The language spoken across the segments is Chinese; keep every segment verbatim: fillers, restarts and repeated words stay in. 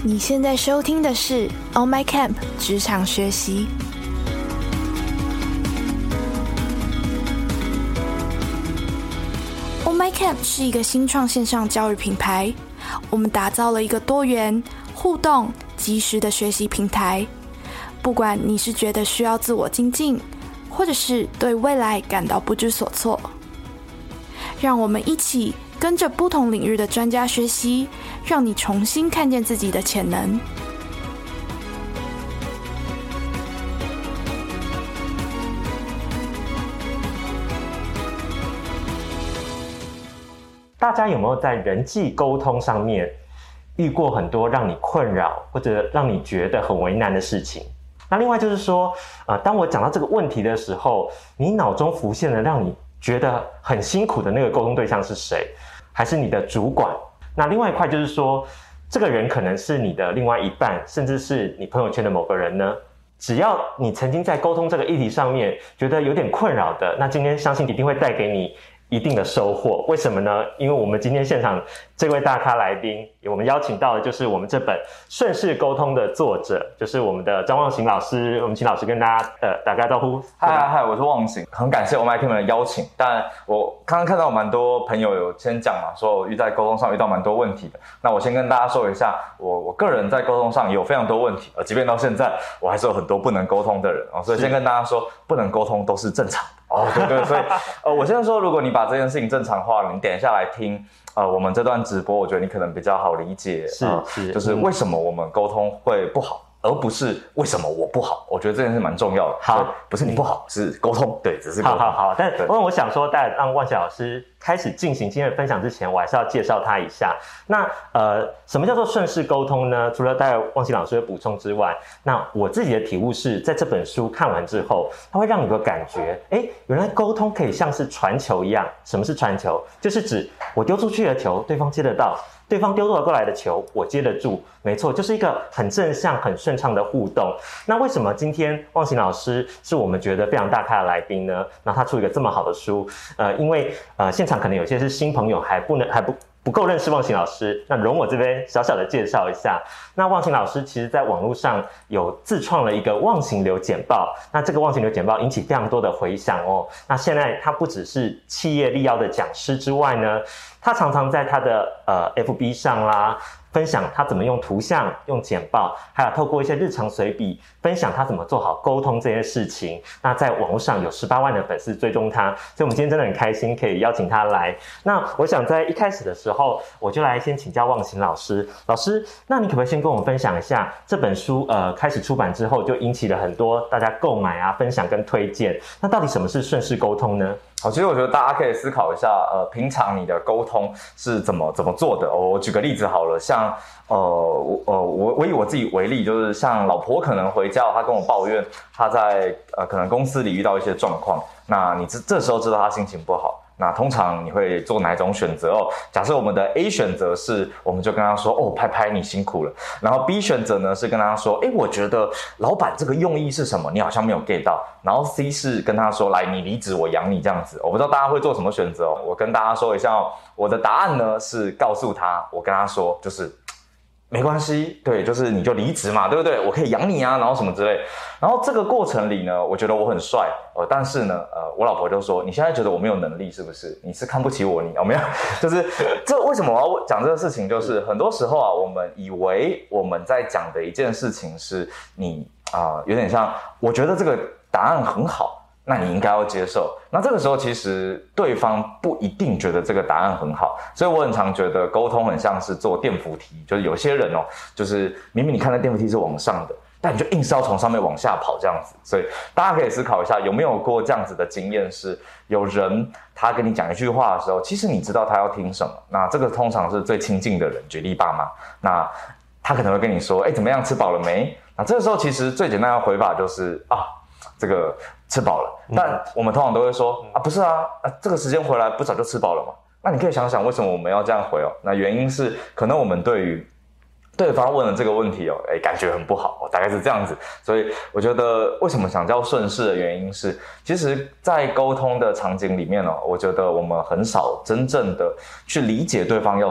你现在收听的是 On My Camp 职场学习。On My Camp 是一个新创线上教育品牌，我们打造了一个多元、互动、及时的学习平台。不管你是觉得需要自我精进，或者是对未来感到不知所措，让我们一起跟着不同领域的专家学习，让你重新看见自己的潜能。 大家有没有在人际沟通上面遇过很多让你困扰或者让你觉得很为难的事情？那另外就是说，呃，当我讲到这个问题的时候，你脑中浮现了让你觉得很辛苦的那个沟通对象是谁？还是你的主管？那另外一块就是说，这个人可能是你的另外一半，甚至是你朋友圈的某个人呢？只要你曾经在沟通这个议题上面觉得有点困扰的，那今天相信一定会带给你一定的收获。为什么呢？因为我们今天现场这位大咖来宾，我们邀请到的就是我们这本顺势沟通的作者，就是我们的张忘形老师。我们请老师跟大家呃打个招呼。 嗨嗨嗨，我是忘形，很感谢 On My Camp 的邀请。但我刚刚看到蛮多朋友有先讲嘛，说我遇在沟通上遇到蛮多问题的。那我先跟大家说一下，我我个人在沟通上也有非常多问题，呃，即便到现在，我还是有很多不能沟通的人哦。所以先跟大家说，不能沟通都是正常的。哦，对对，所以呃，我现在说，如果你把这件事情正常化了，你点下来听，呃，我们这段直播，我觉得你可能比较好理解， 是、呃、是， 就是为什么我们沟通会不好，而不是为什么我不好。我觉得这件事蛮重要的。 好， 不是你不好，是沟通，对，只是沟通。 好好好，但因为我想说，在让忘形老师开始进行今天的分享之前，我还是要介绍他一下。那呃，什么叫做顺势沟通呢？除了待会忘形老师的补充之外，那我自己的体悟是在这本书看完之后，它会让你有个感觉，哎，原来沟通可以像是传球一样。什么是传球？就是指我丢出去的球，对方接得到；对方丢过来的球，我接得住。没错，就是一个很正向、很顺畅的互动。那为什么今天忘形老师是我们觉得非常大咖的来宾呢？那他出一个这么好的书，呃，因为呃现场可能有些是新朋友，还不能还不不够认识忘形老师，那容我这边小小的介绍一下。那忘形老师其实在网络上有自创了一个忘形流简报，那这个忘形流简报引起非常多的回响哦。那现在他不只是企业力邀的讲师之外呢，他常常在他的呃 F B 上啦，分享他怎么用图像、用简报，还有透过一些日常随笔，分享他怎么做好沟通这件事情。那在网络上有十八万的粉丝追踪他，所以我们今天真的很开心可以邀请他来。那我想在一开始的时候，我就来先请教忘形老师。老师，那你可不可以先跟我们分享一下这本书呃开始出版之后就引起了很多大家购买啊、分享跟推荐。那到底什么是顺势沟通呢？ 好，其实我觉得大家可以思考一下，呃，平常你的沟通是怎么怎么做的。我举个例子好了，像呃，我呃我我以我自己为例，就是像老婆可能回家，她跟我抱怨她在呃可能公司里遇到一些状况，那你这这时候知道她心情不好。那通常你会做哪一种选择哦？假设我们的 A 选择是，我们就跟他说，哦，拍拍你辛苦了。然后 B 选择呢是跟他说，诶，我觉得老板这个用意是什么？你好像没有 get 到。然后 C 是跟他说，来，你离职我养你这样子。我不知道大家会做什么选择哦。我跟大家说一下哦，我的答案呢是告诉他，我跟他说就是。没关系，对，就是你就离职嘛，对不对？我可以养你啊，然后什么之类。然后这个过程里呢，我觉得我很帅，呃，但是呢，呃，我老婆就说，你现在觉得我没有能力是不是？你是看不起我，你有没有？就是这为什么我要讲这个事情？就是很多时候啊，我们以为我们在讲的一件事情是你啊、呃，有点像，我觉得这个答案很好。那你应该要接受。那这个时候其实对方不一定觉得这个答案很好，所以我很常觉得沟通很像是坐电扶梯，就是有些人哦，就是明明你看那电扶梯是往上的，但你就硬是要从上面往下跑这样子。所以大家可以思考一下，有没有过这样子的经验，是有人他跟你讲一句话的时候，其实你知道他要听什么，那这个通常是最亲近的人，举例爸妈，那他可能会跟你说，哎，怎么样，吃饱了没？那这个时候其实最简单的回法就是啊，这个吃饱了。但我们通常都会说啊，不是啊，啊这个时间回来不早就吃饱了吗？那你可以想想为什么我们要这样回哦？那原因是可能我们对于对方问了这个问题哦，哎，感觉很不好哦，大概是这样子。所以我觉得为什么想叫顺势的原因是，其实在沟通的场景里面哦，我觉得我们很少真正的去理解对方要什么。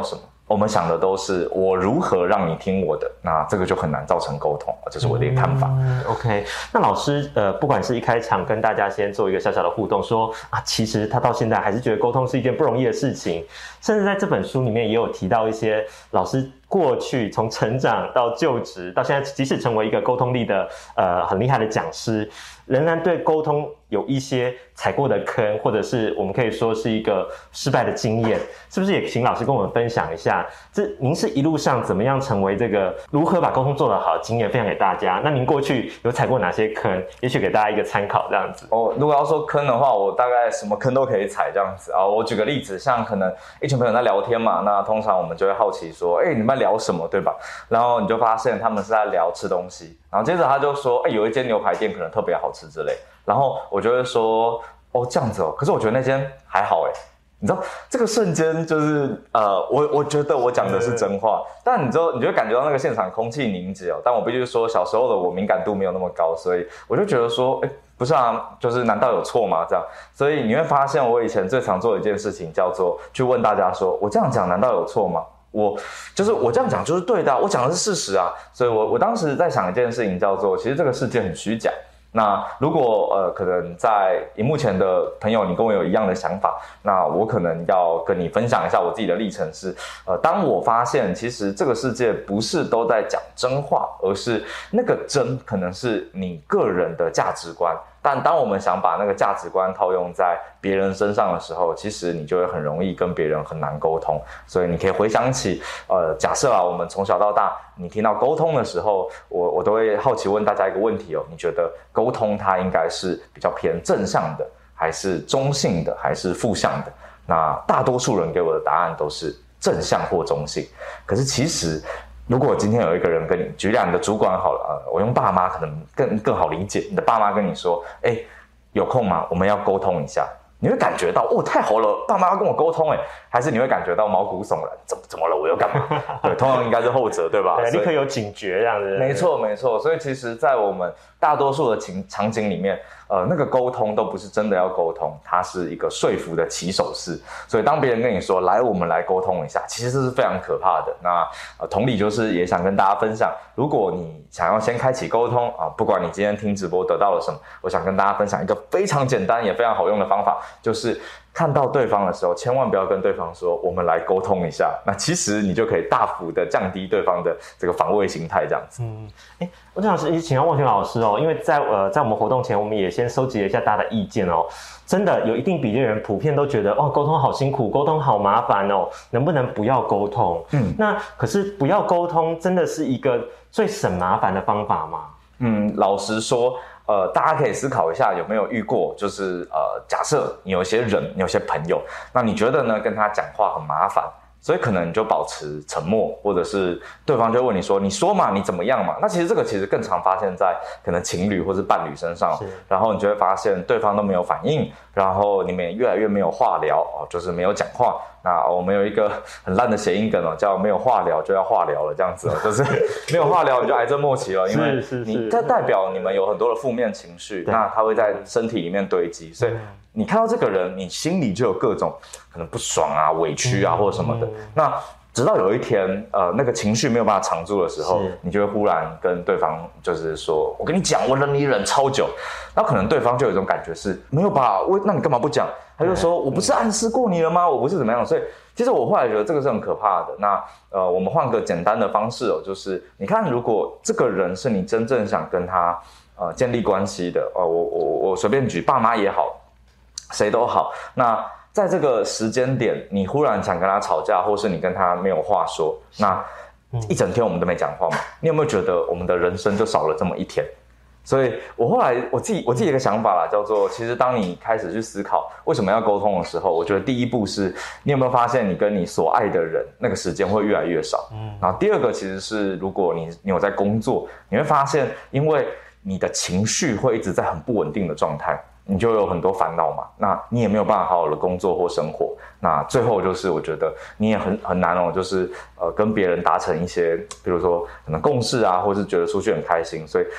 我们想的都是我如何让你听我的，那这个就很难造成沟通，这是我的一个看法。 嗯、OK， 那老师呃，不管是一开场跟大家先做一个小小的互动，说啊，其实他到现在还是觉得沟通是一件不容易的事情，甚至在这本书里面也有提到一些老师过去从成长到就职到现在，即使成为一个沟通力的呃很厉害的讲师，仍然对沟通有一些踩过的坑，或者是我们可以说是一个失败的经验，是不是也请老师跟我们分享一下？这您是一路上怎么样成为这个如何把沟通做得好的经验分享给大家？那您过去有踩过哪些坑？也许给大家一个参考，这样子。 哦，如果要说坑的话，我大概什么坑都可以踩这样子啊。我举个例子，像可能一群朋友在聊天嘛，那通常我们就会好奇说，哎，你们在聊什么，对吧？然后你就发现他们是在聊吃东西，然后接着他就说，哎，有一间牛排店可能特别好吃之类。然后我就会说，哦，这样子哦，可是我觉得那间还好哎，你知道这个瞬间就是呃，我我觉得我讲的是真话，但你知道，你就会感觉到那个现场空气凝结哦。但我必须说，小时候的我敏感度没有那么高，所以我就觉得说，哎，不是啊，就是难道有错吗？这样，所以你会发现，我以前最常做的一件事情叫做去问大家说，我这样讲难道有错吗？我就是我这样讲就是对的啊，我讲的是事实啊。所以我我当时在想一件事情，叫做其实这个世界很虚假。那如果呃可能在荧幕前的朋友，你跟我有一样的想法，那我可能要跟你分享一下我自己的历程是，呃，当我发现其实这个世界不是都在讲真话，而是那个真可能是你个人的价值观。但当我们想把那个价值观套用在别人身上的时候，其实你就会很容易跟别人很难沟通。所以你可以回想起，呃，假设啊，我们从小到大，你听到沟通的时候，我我都会好奇问大家一个问题哦，你觉得沟通它应该是比较偏正向的，还是中性的，还是负向的？那大多数人给我的答案都是正向或中性。可是其实，如果今天有一个人跟你，举例你的主管好了，呃，我用爸妈可能更更好理解。你的爸妈跟你说，哎，有空吗？我们要沟通一下。你会感觉到，哦，太好了，爸妈要跟我沟通，哎，还是你会感觉到毛骨悚然，怎么怎么了？我又干嘛？对，通常应该是后者，对吧？ 对，立刻有警觉这样子。 没错，没错。所以其实，在我们大多数的情场景里面，呃，那个沟通都不是真的要沟通，它是一个说服的起手式。所以当别人跟你说，来，我们来沟通一下，其实这是非常可怕的。那呃，同理就是也想跟大家分享，如果你想要先开启沟通啊，不管你今天听直播得到了什么，我想跟大家分享一个非常简单也非常好用的方法，就是看到对方的时候，千万不要跟对方说我们来沟通一下，那其实你就可以大幅的降低对方的这个防卫心态，这样子。 嗯，哎，我想是请教望群老师哦，因为在呃在我们活动前，我们也先收集了一下大家的意见哦。真的有一定比例的人普遍都觉得，哦，沟通好辛苦，沟通好麻烦哦，能不能不要沟通？嗯，那可是不要沟通，真的是一个最省麻烦的方法吗？ 嗯，老实说。呃，大家可以思考一下，有没有遇过，就是呃，假设你有一些人，你有些朋友，那你觉得呢，跟他讲话很麻烦，所以可能你就保持沉默，或者是对方就问你说，你说嘛，你怎么样嘛？那其实这个其实更常发现在可能情侣或是伴侣身上，然后你就会发现对方都没有反应，然后你们也越来越没有话聊哦，就是没有讲话。那我们有一个很烂的谐音梗哦，叫没有话聊就要化疗了，这样子哦，就是没有话聊你就癌症末期了，因为你这代表你们有很多的负面情绪，那它会在身体里面堆积，所以你看到这个人，你心里就有各种可能不爽啊、委屈啊或者什么的。那直到有一天，呃，那个情绪没有办法藏住的时候，你就会忽然跟对方就是说：“我跟你讲，我忍你忍超久。”然后可能对方就有一种感觉是没有吧？我那你干嘛不讲？他就说：“我不是暗示过你了吗？我不是怎么样。”所以其实我后来觉得这个是很可怕的。那呃，我们换个简单的方式哦，就是你看，如果这个人是你真正想跟他呃建立关系的，哦、呃，我我我随便举爸妈也好，谁都好，那。在这个时间点，你忽然想跟他吵架，或是你跟他没有话说，那一整天我们都没讲话嘛？你有没有觉得我们的人生就少了这么一天？所以我后来我自己我自己的一个想法啦，叫做其实当你开始去思考为什么要沟通的时候，我觉得第一步是你有没有发现你跟你所爱的人那个时间会越来越少。嗯，然后第二个其实是如果你你有在工作，你会发现因为你的情绪会一直在很不稳定的状态。你就有很多烦恼嘛，那你也没有办法好好的工作或生活。那最后就是我觉得你也很很难哦，就是呃跟别人达成一些，比如说可能共识啊，或是觉得出去很开心，所以你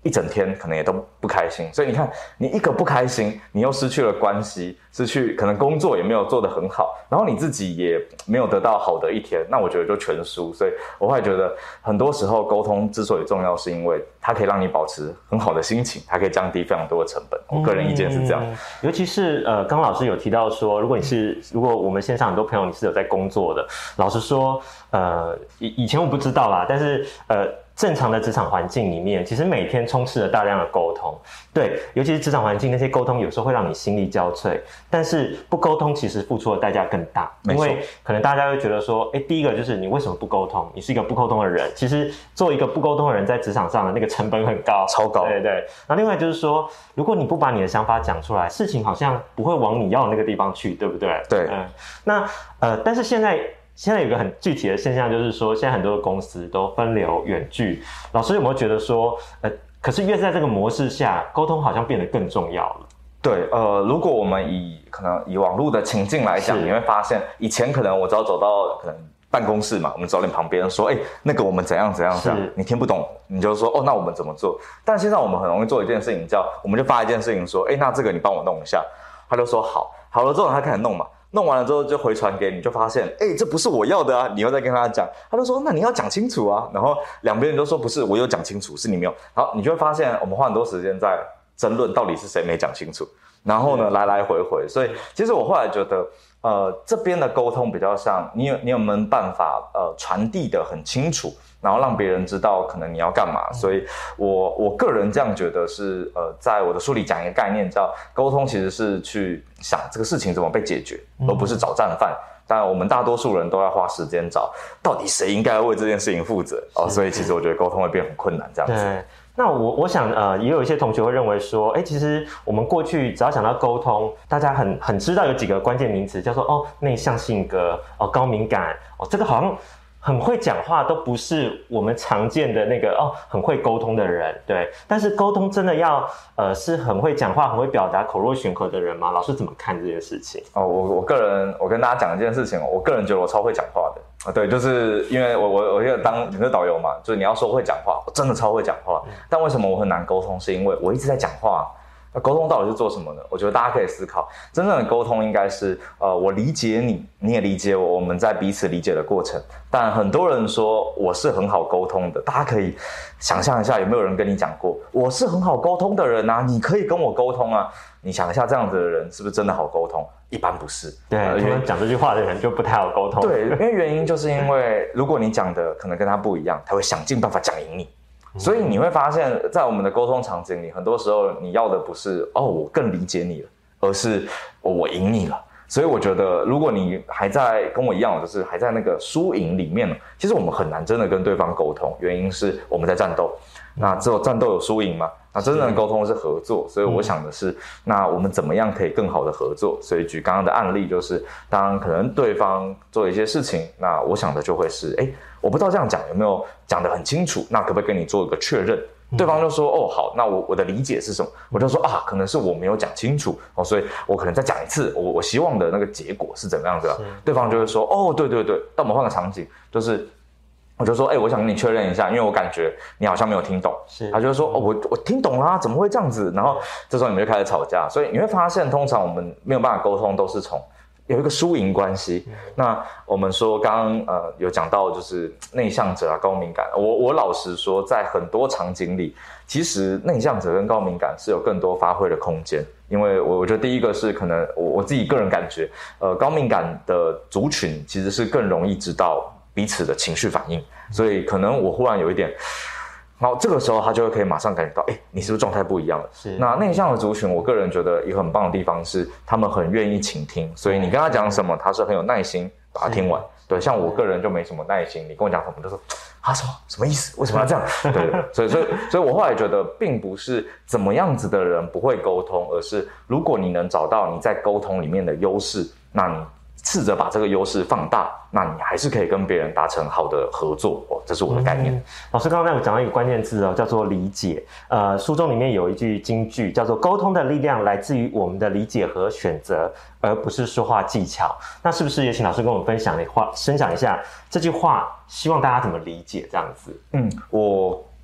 一整天可能也都不开心，所以你看，你一个不开心，你又失去了关系，失去可能工作也没有做得很好，然后你自己也没有得到好的一天，那我觉得就全输。所以我会觉得，很多时候沟通之所以重要，是因为它可以让你保持很好的心情，它可以降低非常多的成本。我个人意见是这样。 嗯、尤其是呃，刚刚老师有提到说，如果你是如果我们线上很多朋友你是有在工作的，老实说，呃，以以前我不知道啦，但是呃。正常的职场环境里面，其实每天充斥了大量的沟通，对，尤其是职场环境，那些沟通有时候会让你心力交瘁，但是不沟通其实付出的代价更大，因为可能大家会觉得说，哎，第一个就是你为什么不沟通？你是一个不沟通的人，其实做一个不沟通的人在职场上的那个成本很高， 超高， 对对。那另外就是说，如果你不把你的想法讲出来，事情好像不会往你要的那个地方去，对不对？ 对， 嗯，那呃，但是现在。现在有一个很具体的现象，就是说，现在很多的公司都分流远距。老师有没有觉得说，呃，可是越在这个模式下，沟通好像变得更重要了？ 对，呃，如果我们以可能以网络的情境来讲，你会发现，以前可能我只要走到可能办公室嘛，我们走到你旁边说，哎，那个我们怎样怎样怎样，你听不懂，你就说，哦，那我们怎么做？但现在我们很容易做一件事情，叫我们就发一件事情说，哎，那这个你帮我弄一下，他就说好，好了之后他开始弄嘛。弄完了之后就回传给你，就发现，哎、欸，这不是我要的啊！你又再跟他讲，他就说，那你要讲清楚啊。然后两边人都说不是，我有讲清楚，是你没有。然后你就会发现，我们花很多时间在争论到底是谁没讲清楚。然后呢，来来回回。所以其实我后来觉得，呃，这边的沟通比较像，你有你有没有办法呃传递的很清楚，然后让别人知道可能你要干嘛。所以我我个人这样觉得是，呃，在我的书里讲一个概念叫沟通，其实是去想这个事情怎么被解决，而不是找战犯。当然，我们大多数人都要花时间找到底谁应该为这件事情负责哦。所以其实我觉得沟通会变很困难，这样子。 对，那我我想呃，也有一些同学会认为说，哎，其实我们过去只要想到沟通，大家很很知道有几个关键名词，叫做哦内向性格，哦高敏感，哦这个好像。很会讲话都不是我们常见的那个哦，很会沟通的人，对。但是沟通真的要呃是很会讲话、很会表达、口若悬河的人吗？老师怎么看这件事情？ 哦，我我个人我跟大家讲一件事情，我个人觉得我超会讲话的啊，对，就是因为我我我当领队导游嘛，就是你要说会讲话，我真的超会讲话。但为什么我很难沟通？是因为我一直在讲话。那沟通到底是做什么呢？我觉得大家可以思考，真正的沟通应该是，呃，我理解你，你也理解我，我们在彼此理解的过程。但很多人说我是很好沟通的，大家可以想象一下，有没有人跟你讲过，我是很好沟通的人啊，你可以跟我沟通啊？你想一下，这样子的人是不是真的好沟通？一般不是。 对，因为讲这句话的人就不太好沟通。 对，因为原因就是因为，如果你讲的可能跟他不一样，他会想尽办法讲赢你。所以你会发现在我们的沟通场景里，很多时候你要的不是哦我更理解你了，而是、哦、我赢你了。所以我觉得如果你还在跟我一样，就是还在那个输赢里面，其实我们很难真的跟对方沟通，原因是我们在战斗。那只有战斗有输赢嘛？那真正的沟通是合作，所以我想的是，那我们怎么样可以更好的合作？所以举刚刚的案例，就是当可能对方做一些事情，那我想的就会是，哎，我不知道这样讲有没有讲得很清楚，那可不可以跟你做一个确认？对方就说，哦，好，那我我的理解是什么？我就说啊，可能是我没有讲清楚哦，所以我可能再讲一次，我我希望的那个结果是怎么样子啊？对方就会说，哦，对对对，那我们换个场景，就是。我就说，哎、欸，我想跟你确认一下，因为我感觉你好像没有听懂。是，他就说，哦，我我听懂啦，怎么会这样子？然后这时候你们就开始吵架，所以你会发现，通常我们没有办法沟通，都是从有一个输赢关系。嗯、那我们说，刚刚呃有讲到，就是内向者啊，高敏感。我我老实说，在很多场景里，其实内向者跟高敏感是有更多发挥的空间。因为我我觉得第一个是可能我我自己个人感觉，呃，高敏感的族群其实是更容易知道彼此的情绪反应，所以可能我忽然有一点，然后这个时候他就会可以马上感觉到，哎，你是不是状态不一样了？是。那内向的族群，我个人觉得一个很棒的地方是，他们很愿意倾听，所以你跟他讲什么，他是很有耐心把它听完。对，像我个人就没什么耐心，你跟我讲什么就说啊什么什么意思？为什么要这样？对对，所以所以所以我后来觉得，并不是怎么样子的人不会沟通，而是如果你能找到你在沟通里面的优势，那你试着把这个优势放大，那你还是可以跟别人达成好的合作哦，这是我的概念。嗯、 老师刚刚有讲到一个关键字哦，叫做理解。呃，书中里面有一句金句，叫做"沟通的力量来自于我们的理解和选择，而不是说话技巧"。那是不是也请老师跟我们分享一话，分享一下这句话，希望大家怎么理解这样子？ 嗯，我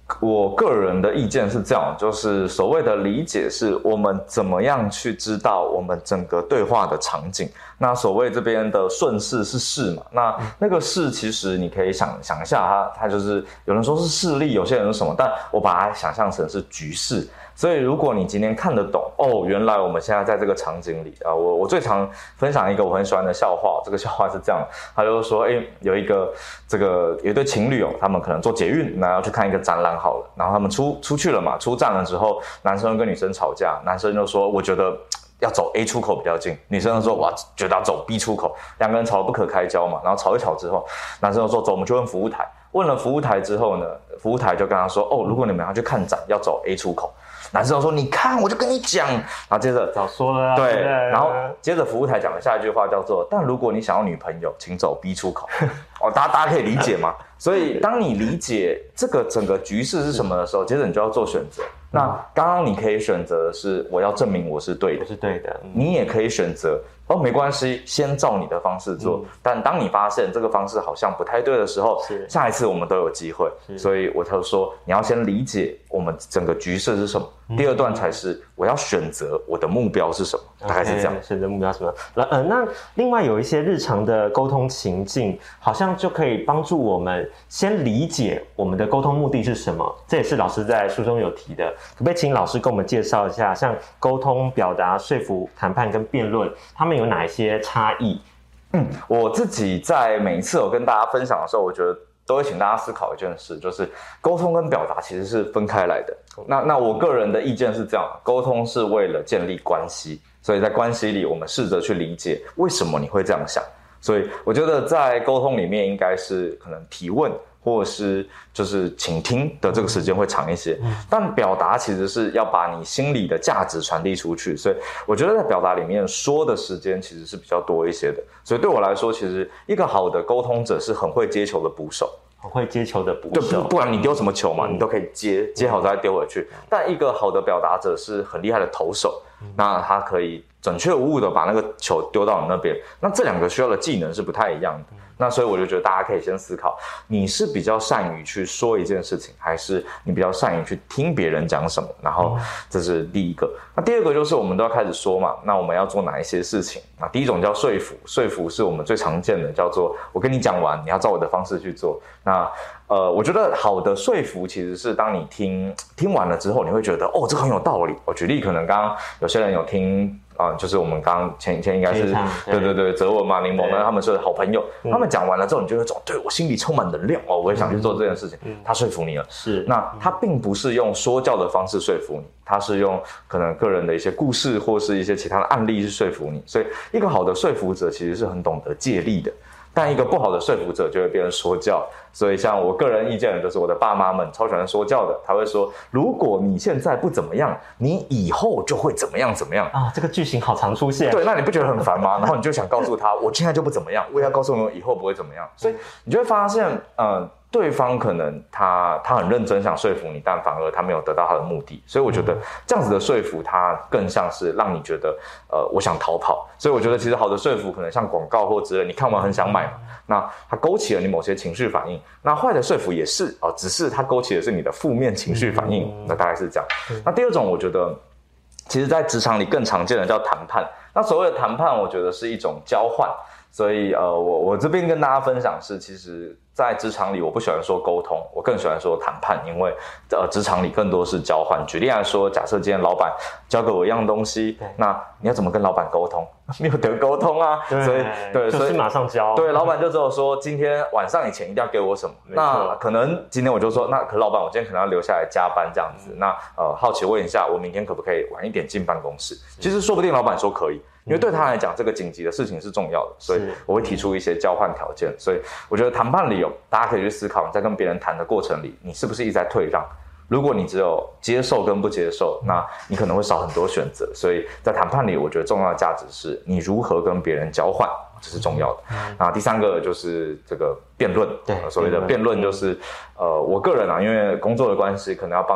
我个人的意见是这样，就是所谓的理解是我们怎么样去知道我们整个对话的场景。那所谓这边的顺势是势嘛，那那个势其实你可以想想一下它，它就是有人说是势力，有些人是什么，但我把它想象成是局势。所以如果你今天看得懂，哦，原来我们现在在这个场景里啊，我我最常分享一个我很喜欢的笑话，这个笑话是这样，他就说，哎，有一个这个有一对情侣哦，他们可能坐捷运，那要去看一个展览好了，然后他们出出去了嘛，出站了之后，男生跟女生吵架，男生就说，我觉得要走 A 出口比较近，女生就说，哇，觉得要走 B 出口，两个人吵得不可开交嘛，然后吵一吵之后，男生就说，走，我们去问服务台，问了服务台之后呢，服务台就跟他说，哦，如果你们要去看展，要走 A 出口。男生说：“你看，我就跟你讲。”然后接着早说了、啊， 对， 对， 然后接着服务台讲了下一句话，叫做：“但如果你想要女朋友，请走 B 出口。”哦，大家大家可以理解吗？所以当你理解这个整个局势是什么的时候，接着你就要做选择。那刚刚你可以选择的是，我要证明我是对的， 我是对的。 嗯、你也可以选择。哦，没关系，先照你的方式做。嗯、但当你发现这个方式好像不太对的时候，下一次我们都有机会。所以我就说，你要先理解我们整个局势是什么。嗯、第二段才是我要选择我的目标是什么，大概是这样。 Okay, 选择目标是什么？呃，那另外有一些日常的沟通情境，好像就可以帮助我们先理解我们的沟通目的是什么。这也是老师在书中有提的。可不可以请老师跟我们介绍一下，像沟通、表达、说服、谈判跟辩论，他们有哪一些差异？ 嗯，我自己在每一次我跟大家分享的时候，我觉得都会请大家思考一件事，就是沟通跟表达其实是分开来的。那那我个人的意见是这样，沟通是为了建立关系，所以在关系里，我们试着去理解为什么你会这样想。所以我觉得在沟通里面，应该是可能提问，或是就是倾听的这个时间会长一些，但表达其实是要把你心里的价值传递出去，所以我觉得在表达里面说的时间其实是比较多一些的。所以对我来说，其实一个好的沟通者是很会接球的捕手， 很会接球的捕手， 不然你丢什么球嘛，嗯、你都可以接，接好再丢回去。但一个好的表达者是很厉害的投手，嗯、那他可以准确无误的把那个球丢到你那边。那这两个需要的技能是不太一样的。那所以我就觉得大家可以先思考，你是比较善于去说一件事情，还是你比较善于去听别人讲什么？然后这是第一个。那第二个就是我们都要开始说嘛，那我们要做哪一些事情？那第一种叫说服，说服是我们最常见的，叫做我跟你讲完，你要照我的方式去做。那呃，我觉得好的说服其实是当你听听完了之后，你会觉得哦，这个很有道理。我举例，可能刚刚有些人有听。啊、嗯，就是我们刚刚前一天应该是对对对泽文嘛柠檬，那他们是好朋友，嗯、他们讲完了之后，你就会说，对我心里充满能量哦，我也想去做这件事情。嗯、他说服你了， 是那他并不是用说教的方式说服你，他是用可能个人的一些故事或是一些其他的案例去说服你。所以一个好的说服者其实是很懂得借力的。但一个不好的说服者就会变成说教，所以像我个人意见就是我的爸妈们超喜欢说教的，他会说如果你现在不怎么样，你以后就会怎么样怎么样啊，这个句型好常出现。 对，那你不觉得很烦吗？然后你就想告诉他，我现在就不怎么样，我也要告诉你以后不会怎么样，所以你就会发现，呃。对方可能他他很认真想说服你，但反而他没有得到他的目的，所以我觉得这样子的说服，他更像是让你觉得，呃，我想逃跑。所以我觉得其实好的说服，可能像广告或之类，你看完很想买嘛，那它勾起了你某些情绪反应。那坏的说服也是哦，只是它勾起的是你的负面情绪反应。那大概是这样。那第二种，我觉得其实在职场里更常见的叫谈判。那所谓的谈判，我觉得是一种交换。所以呃，我我这边跟大家分享是，其实在职场里我不喜欢说沟通，我更喜欢说谈判，因为呃职场里更多是交换。举例来说，假设今天老板交给我一样东西，那你要怎么跟老板沟通？没有得沟通啊，所以对， 就是马上交。 对，老板就只有说今天晚上以前一定要给我什么。那可能今天我就说，那可老板我今天可能要留下来加班这样子。嗯、那呃好奇问一下，我明天可不可以晚一点进办公室？其实说不定老板说可以。因为对他来讲，这个紧急的事情是重要的，所以我会提出一些交换条件。所以我觉得谈判里有，大家可以去思考，你在跟别人谈的过程里，你是不是一直在退让？如果你只有接受跟不接受，那你可能会少很多选择。所以在谈判里，我觉得重要的价值是你如何跟别人交换，这是重要的。那第三个就是这个辩论，对，所谓的辩论就是，呃，我个人啊，因为工作的关系，可能要帮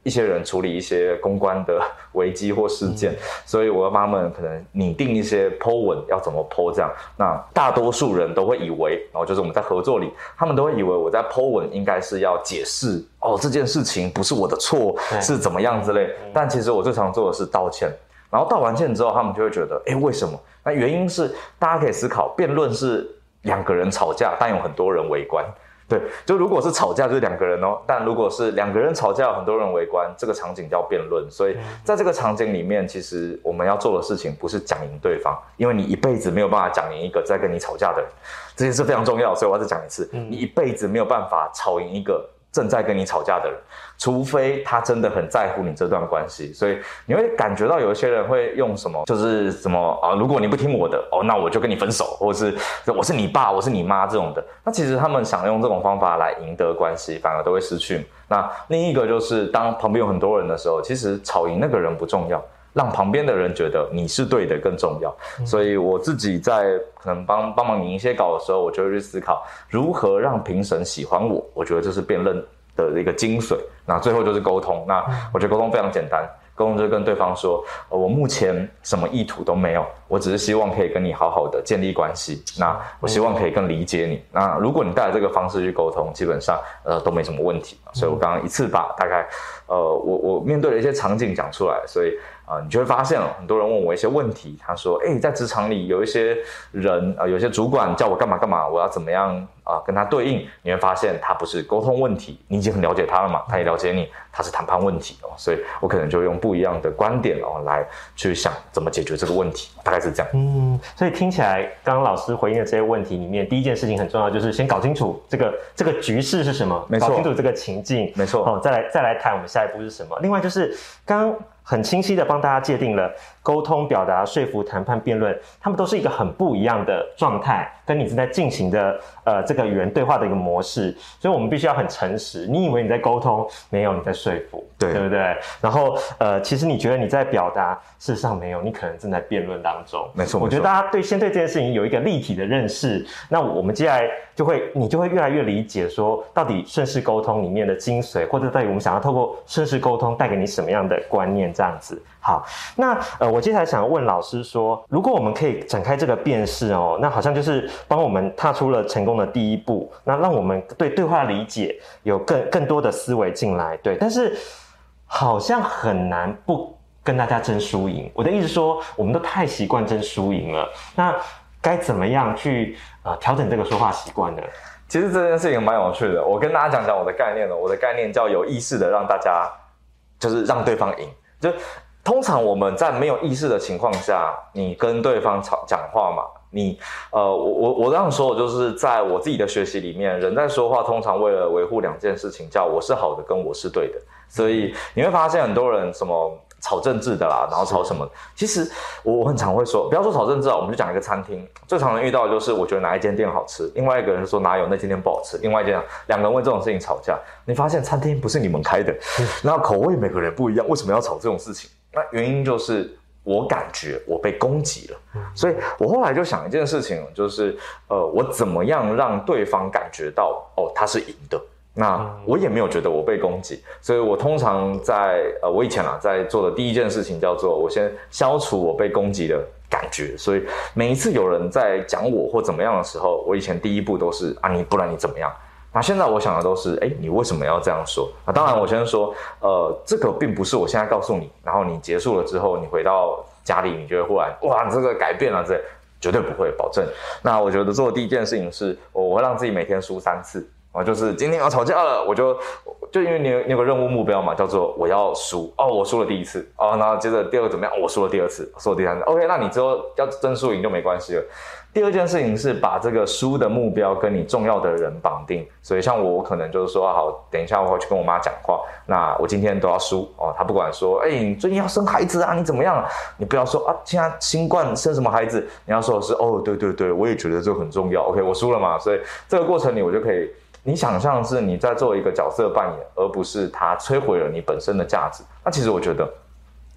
一些人处理一些公关的危机或事件，嗯、所以我要帮他们可能拟定一些 po 文要怎么 po 这样。那大多数人都会以为，然后就是我们在合作里，他们都会以为我在 po 文应该是要解释哦这件事情不是我的错，是怎么样之类。嗯、但其实我最常做的是道歉。然后道完歉之后，他们就会觉得，哎，为什么？那原因是大家可以思考，辩论是两个人吵架，但有很多人围观。对，就如果是吵架就是两个人哦，但如果是两个人吵架有很多人围观，这个场景叫辩论。所以在这个场景里面，其实我们要做的事情不是讲赢对方，因为你一辈子没有办法讲赢一个在跟你吵架的人，这件事非常重要，所以我要再讲一次，你一辈子没有办法吵赢一个正在跟你吵架的人，除非他真的很在乎你这段关系。所以你会感觉到有一些人会用什么，就是什么啊，如果你不听我的哦，那我就跟你分手，或者是我是你爸，我是你妈这种的。那其实他们想用这种方法来赢得关系，反而都会失去。那另一个就是当旁边有很多人的时候，其实吵赢那个人不重要，让旁边的人觉得你是对的更重要。嗯、所以我自己在可能帮帮忙拟一些稿的时候，我就会去思考如何让评审喜欢我。我觉得这是辩论的一个精髓。那最后就是沟通。那我觉得沟通非常简单，沟通就是跟对方说，呃、我目前什么意图都没有，我只是希望可以跟你好好的建立关系。那我希望可以更理解你。那如果你带着这个方式去沟通，基本上呃都没什么问题。所以我刚刚一次把大概呃我我面对的一些场景讲出来，所以。呃，你就会发现哦，很多人问我一些问题，他说：“哎，在职场里有一些人，呃，有些主管叫我干嘛干嘛，我要怎么样啊、呃、跟他对应？”你会发现他不是沟通问题，你已经很了解他了嘛，他也了解你，他是谈判问题哦，所以我可能就用不一样的观点哦来去想怎么解决这个问题，大概是这样。 嗯，所以听起来刚刚老师回应的这些问题里面，第一件事情很重要，就是先搞清楚这个这个局势是什么， 没错， 搞清楚这个情境， 没错， 哦，再来再来谈我们下一步是什么。另外就是刚刚。很清晰的帮大家界定了沟通、表达、说服、谈判、辩论，他们都是一个很不一样的状态，跟你正在进行的呃这个语言对话的一个模式，所以我们必须要很诚实。你以为你在沟通，没有，你在说服， 对， 对不对？然后呃，其实你觉得你在表达，事实上没有，你可能正在辩论当中。 没错， 我觉得大家对先对这件事情有一个立体的认识，那我们接下来就会你就会越来越理解说，到底顺势沟通里面的精髓，或者到底我们想要透过顺势沟通带给你什么样的观念。这样子，好，那呃，我接下来想要问老师说，如果我们可以展开这个辨识哦，那好像就是帮我们踏出了成功的第一步，那让我们对对话理解有更更多的思维进来，对，但是好像很难不跟大家争输赢。我的意思说，我们都太习惯争输赢了，那该怎么样去呃调整这个说话习惯呢？ 其实这件事情蛮有趣的，我跟大家讲讲我的概念了。我的概念叫有意识的让大家，就是让对方赢。就通常我们在没有意识的情况下，你跟对方吵讲话嘛，你呃，我我我这样说，我就是在我自己的学习里面，人在说话通常为了维护两件事情，叫我是好的跟我是对的。所以你会发现很多人什么炒政治的啦，然后炒什么，其实我我很常会说，不要说炒政治啊，我们就讲一个餐厅，最常能遇到的就是我觉得哪一间店好吃，另外一个人说哪有那间店不好吃，另外一间两个人为这种事情吵架，你发现餐厅不是你们开的，然后口味每个人不一样，为什么要吵这种事情？那原因就是我感觉我被攻击了，所以我后来就想一件事情，就是呃，我怎么样让对方感觉到哦他是赢的。那我也没有觉得我被攻击，所以我通常在呃，我以前啊在做的第一件事情叫做我先消除我被攻击的感觉。所以每一次有人在讲我或怎么样的时候，我以前第一步都是啊你不然你怎么样？那现在我想的都是哎你为什么要这样说？那当然我先说呃这个并不是我现在告诉你，然后你结束了之后你回到家里你就会忽然哇你这个改变了这绝对不会保证。那我觉得做的第一件事情是我会让自己每天输三次。啊，就是今天要吵架了，我就就因为你有你有个任务目标嘛，叫做我要输哦，我输了第一次哦，然后接着第二个怎么样？我输了第二次，输了第三次 ，OK， 那你之后要争输赢就没关系了。第二件事情是把这个输的目标跟你重要的人绑定，所以像我，我可能就是说，好，等一下我会去跟我妈讲话，那我今天都要输哦。她不管说，哎、欸，你最近要生孩子啊，你怎么样？你不要说啊，现在新冠生什么孩子？你要说的是，哦，对对对，我也觉得这很重要。OK， 我输了嘛，所以这个过程里我就可以。你想象是你在做一个角色扮演，而不是它摧毁了你本身的价值。那其实我觉得，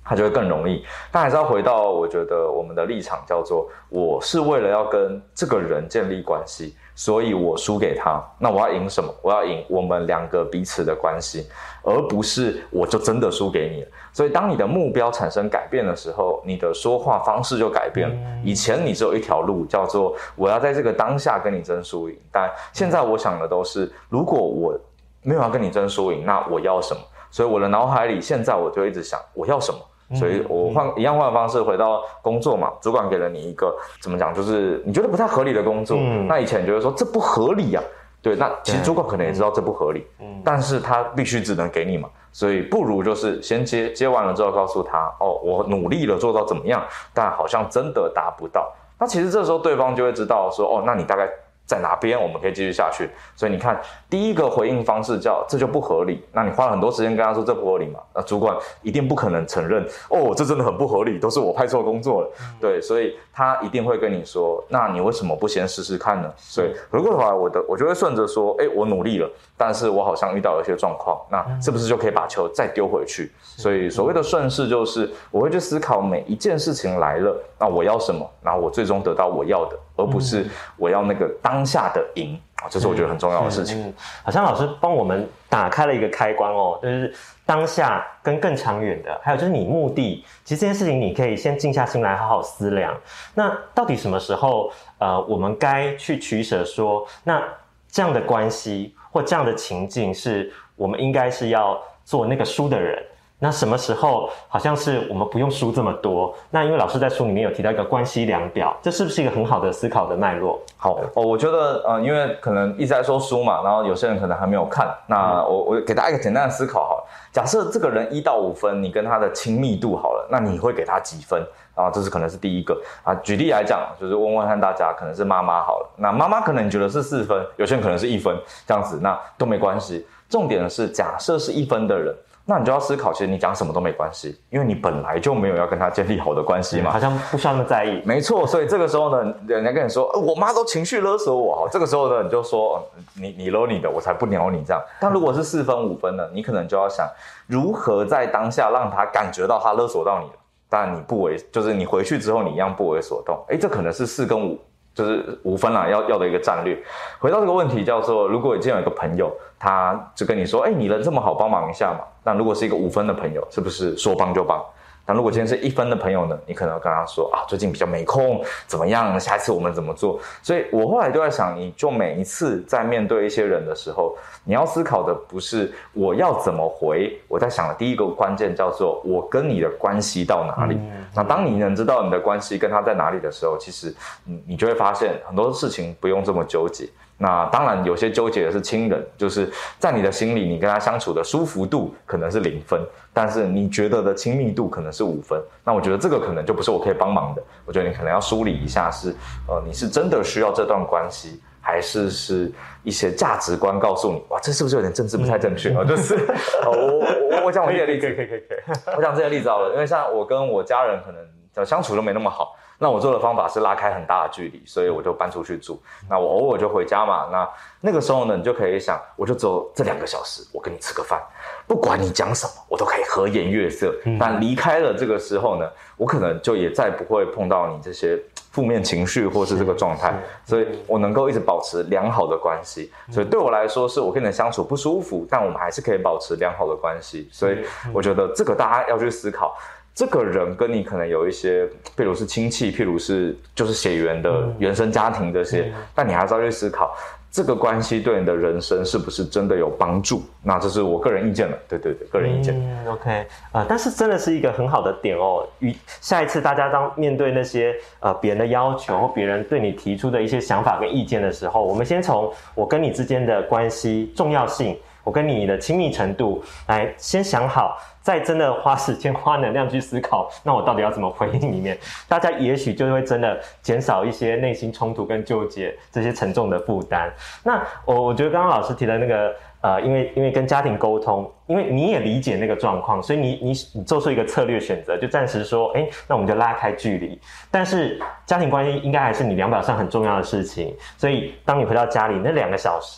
它就会更容易。但还是要回到我觉得我们的立场叫做，我是为了要跟这个人建立关系，所以我输给他，那我要赢什么？我要赢我们两个彼此的关系，而不是我就真的输给你了。所以当你的目标产生改变的时候，你的说话方式就改变了。以前你只有一条路，叫做我要在这个当下跟你争输赢，但现在我想的都是，如果我没有要跟你争输赢，那我要什么？所以我的脑海里现在我就一直想我要什么。所以我换一样换的方式回到工作嘛，主管给了你一个怎么讲，就是你觉得不太合理的工作，嗯、那以前你觉得说这不合理啊，对，那其实主管可能也知道这不合理，嗯、但是他必须只能给你嘛，所以不如就是先接，接完了之后告诉他，哦，我努力了做到怎么样，但好像真的达不到，那其实这时候对方就会知道说，哦，那你大概在哪边我们可以继续下去。所以你看，第一个回应方式叫这就不合理，那你花了很多时间跟他说这不合理嘛，那主管一定不可能承认，哦，这真的很不合理，都是我派错工作了，嗯、对，所以他一定会跟你说，那你为什么不先试试看呢？所以回过头来，我的我就会顺着说，哎，我努力了，但是我好像遇到了一些状况，那是不是就可以把球再丢回去？所以所谓的顺势就是我会去思考每一件事情来了，那我要什么，然后我最终得到我要的，而不是我要那个当下的赢。这是我觉得很重要的事情。嗯， 好像老师帮我们打开了一个开关哦，就是当下跟更长远的，还有就是你目的，其实这件事情你可以先静下心来好好思量。那到底什么时候，呃，我们该去取舍说，那这样的关系或这样的情境是我们应该是要做那个输的人？那什么时候好像是我们不用输这么多？那因为老师在书里面有提到一个关系量表，这是不是一个很好的思考的脉络？ 好哦，我觉得呃，因为可能一直在说书嘛，然后有些人可能还没有看，那我我给大家一个简单的思考好了。假设这个人一到五分，你跟他的亲密度好了，那你会给他几分？啊，这是可能是第一个啊。举例来讲，就是问问看大家，可能是妈妈好了，那妈妈可能你觉得是四分，有些人可能是一分，这样子，那都没关系。重点是，假设是一分的人。那你就要思考，其实你讲什么都没关系，因为你本来就没有要跟他建立好的关系嘛， 好像不需要那么在意。 没错，所以这个时候呢，人家跟你说，呃、我妈都情绪勒索我，这个时候呢，你就说，你你搂你的，我才不鸟你这样。但如果是四分五分呢，你可能就要想，如何在当下让他感觉到他勒索到你了，但你不为，就是你回去之后你一样不为所动。哎，这可能是四跟五。就是五分啦，要要的一个战略。回到这个问题叫做，如果今天有一个朋友，他就跟你说，哎，你人这么好，帮忙一下嘛。那如果是一个五分的朋友，是不是说帮就帮？但如果今天是一分的朋友呢，你可能要跟他说啊，最近比较没空，怎么样？下一次我们怎么做？所以我后来就在想，你就每一次在面对一些人的时候，你要思考的不是我要怎么回，我在想的第一个关键叫做我跟你的关系到哪里。嗯、那当你能知道你的关系跟他在哪里的时候，其实你你就会发现很多事情不用这么纠结。那当然有些纠结的是亲人，就是在你的心里你跟他相处的舒服度可能是零分，但是你觉得的亲密度可能是五分。那我觉得这个可能就不是我可以帮忙的，我觉得你可能要梳理一下是呃你是真的需要这段关系，还是是一些价值观告诉你，哇，这是不是有点政治不太正确？嗯、就是我我我讲我这个例子， 可以可以可以可以， 我讲这个例子好了，因为像我跟我家人可能相处都没那么好。那我做的方法是拉开很大的距离，所以我就搬出去住。那我偶尔就回家嘛。那那个时候呢，你就可以想，我就只有这两个小时，我跟你吃个饭，不管你讲什么，我都可以和颜悦色。嗯、但离开了这个时候呢，我可能就也再不会碰到你这些负面情绪或是这个状态，所以我能够一直保持良好的关系。所以对我来说，是我跟你相处不舒服，但我们还是可以保持良好的关系。所以我觉得这个大家要去思考。这个人跟你可能有一些，譬如是亲戚，譬如是就是血缘的原生家庭这些，嗯、但你还是要去思考这个关系对你的人生是不是真的有帮助。那这是我个人意见了，对对对，个人意见。 嗯 ，OK， 呃，但是真的是一个很好的点哦。与下一次大家当面对那些呃别人的要求或别人对你提出的一些想法跟意见的时候，我们先从我跟你之间的关系重要性，我跟你的亲密程度来先想好。再真的花时间花能量去思考，那我到底要怎么回应里面，大家也许就会真的减少一些内心冲突跟纠结这些沉重的负担。那我我觉得刚刚老师提的那个呃，因为因为跟家庭沟通，因为你也理解那个状况，所以你你你做出一个策略选择，就暂时说，哎，那我们就拉开距离。但是家庭关系应该还是你量表上很重要的事情，所以当你回到家里那两个小时。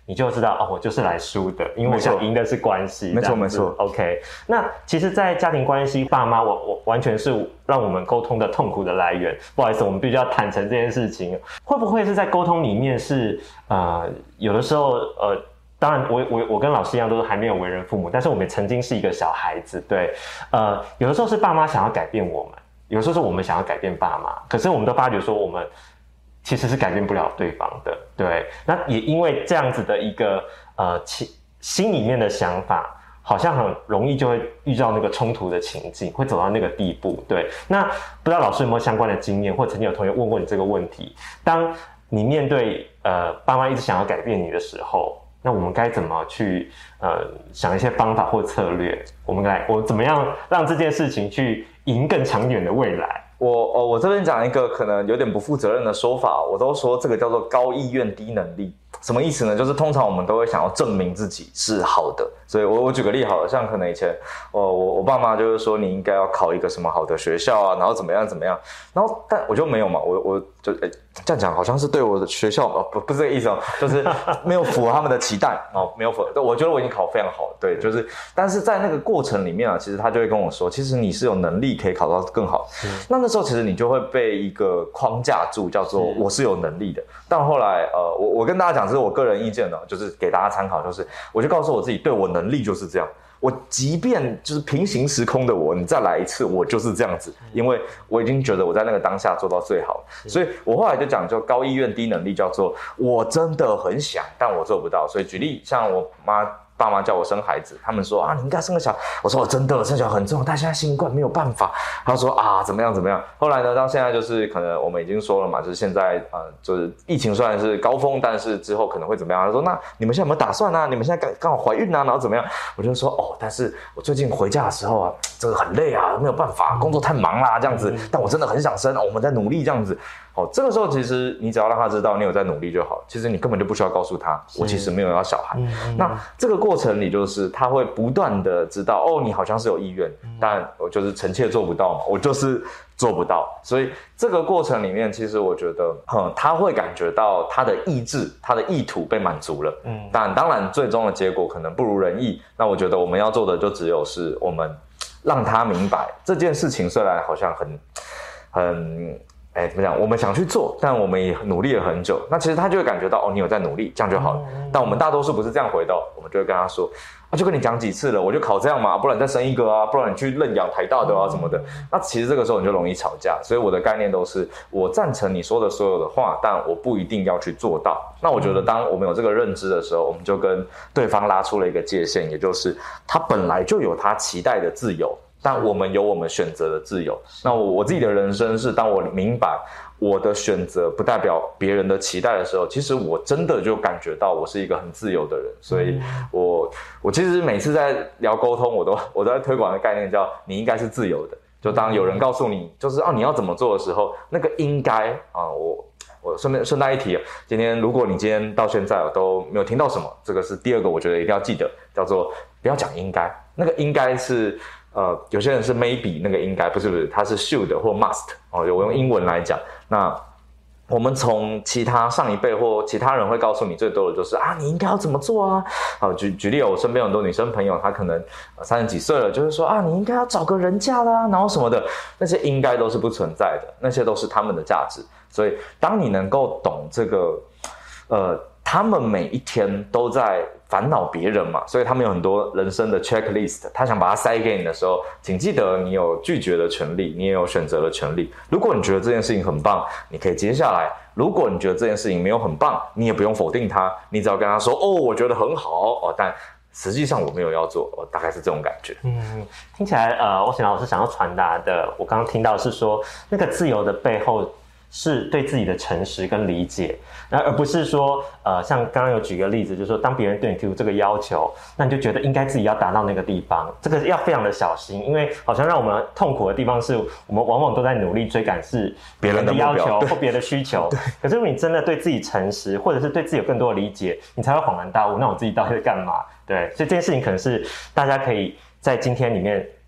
你就知道哦，我就是来输的，因为我想赢的是关系。 没错没错 ，OK。那其实，在家庭关系，爸妈我我完全是让我们沟通的痛苦的来源。不好意思，我们必须要坦诚这件事情。会不会是在沟通里面是呃，有的时候呃。当然我，我我跟老师一样，都是还没有为人父母，但是我们曾经是一个小孩子，对，呃，有的时候是爸妈想要改变我们，有的时候是我们想要改变爸妈，可是我们都发觉说，我们其实是改变不了对方的，对，那也因为这样子的一个呃心里面的想法，好像很容易就会遇到那个冲突的情境，会走到那个地步，对，那不知道老师有没有相关的经验，或者曾经有同学问过你这个问题，当你面对呃爸妈一直想要改变你的时候。那我们该怎么去呃想一些方法或策略？我们来，我怎么样让这件事情去赢更长远的未来？ 我哦，我这边讲一个可能有点不负责任的说法，我都说这个叫做高意愿低能力。什么意思呢？就是通常我们都会想要证明自己是好的，所以我我举个例好了，像可能以前我我我爸妈就是说你应该要考一个什么好的学校啊，然后怎么样怎么样，然后但我就没有嘛，我我就哎这样讲好像是对我的学校哦不不是这个意思哦，就是没有符合他们的期待哦，没有符合，我觉得我已经考非常好了，对，就是但是在那个过程里面啊，其实他就会跟我说，其实你是有能力可以考到更好，那那时候其实你就会被一个框架住，叫做我是有能力的，但后来呃我我跟大家讲。这是我个人意见呢，就是给大家参考，就是我就告诉我自己，对我能力就是这样。我即便就是平行时空的我，你再来一次，我就是这样子，因为我已经觉得我在那个当下做到最好，所以我后来就讲，就高意愿低能力，叫做我真的很想，但我做不到。所以举例，像我妈。爸妈叫我生孩子，他们说啊，你应该生个小孩。我说我真的生小孩很重要，但现在新冠没有办法。他说啊，怎么样怎么样。后来呢，到现在就是可能我们已经说了嘛，就是现在呃，就是疫情虽然是高峰，但是之后可能会怎么样？他说那你们现在有没有打算啊？你们现在刚刚好怀孕啊，然后怎么样？我就说哦，但是我最近回家的时候啊，这个很累啊，没有办法，工作太忙啦这样子。但我真的很想生，哦、我们在努力这样子。好，这个时候其实你只要让他知道你有在努力就好，其实你根本就不需要告诉他，我其实没有要小孩。那这个过程里就是他会不断的知道，哦，你好像是有意愿，但我就是臣妾做不到嘛，我就是做不到。所以这个过程里面，其实我觉得，嗯，他会感觉到他的意志、他的意图被满足了。嗯，但当然最终的结果可能不如人意。那我觉得我们要做的就只有是我们让他明白这件事情虽然好像很很。哎，怎么讲？我们想去做，但我们也努力了很久。那其实他就会感觉到，哦，你有在努力，这样就好了。嗯、但我们大多数不是这样回的，我们就会跟他说，啊，就跟你讲几次了，我就考这样嘛，不然你再生一个啊，不然你去认养台大的啊什么的。嗯、那其实这个时候你就容易吵架。所以我的概念都是，我赞成你说的所有的话，但我不一定要去做到。那我觉得，当我们有这个认知的时候，我们就跟对方拉出了一个界限，也就是他本来就有他期待的自由。但我们有我们选择的自由。那我我自己的人生是，当我明白我的选择不代表别人的期待的时候，其实我真的就感觉到我是一个很自由的人。所以我我其实每次在聊沟通，我都我都在推广的概念叫你应该是自由的。就当有人告诉你就是啊你要怎么做的时候，那个应该啊我。我顺便顺带一提，今天如果你今天到现在都没有听到什么，这个是第二个我觉得一定要记得，叫做不要讲应该。那个应该是呃有些人是 maybe 那个应该不是不是，它是 should 或 must 哦，我用英文来讲。那我们从其他上一辈或其他人会告诉你最多的就是啊，你应该要怎么做啊？好，举举例，我身边有很多女生朋友，她可能三十几岁了，就是说啊，你应该要找个人嫁啦，然后什么的，那些应该都是不存在的，那些都是他们的价值。所以，当你能够懂这个，呃，他们每一天都在烦恼别人嘛，所以他们有很多人生的 checklist， 他想把它塞给你的时候，请记得你有拒绝的权利，你也有选择的权利。如果你觉得这件事情很棒，你可以接下来；如果你觉得这件事情没有很棒，你也不用否定它，你只要跟他说：“哦，我觉得很好哦，但实际上我没有要做。”哦，大概是这种感觉。嗯， 听起来呃，我想老师想要传达的，我刚刚听到的是说，那个自由的背后。是对自己的诚实跟理解，而不是说，呃，像刚刚有举个例子，就是说，当别人对你提出这个要求，那你就觉得应该自己要达到那个地方，这个要非常的小心，因为好像让我们痛苦的地方是我们往往都在努力追赶是别人的要求或别的需求，可是如果你真的对自己诚实，或者是对自己有更多的理解，你才会恍然大悟，那我自己到底在干嘛？对，所以这件事情可能是大家可以在今天里面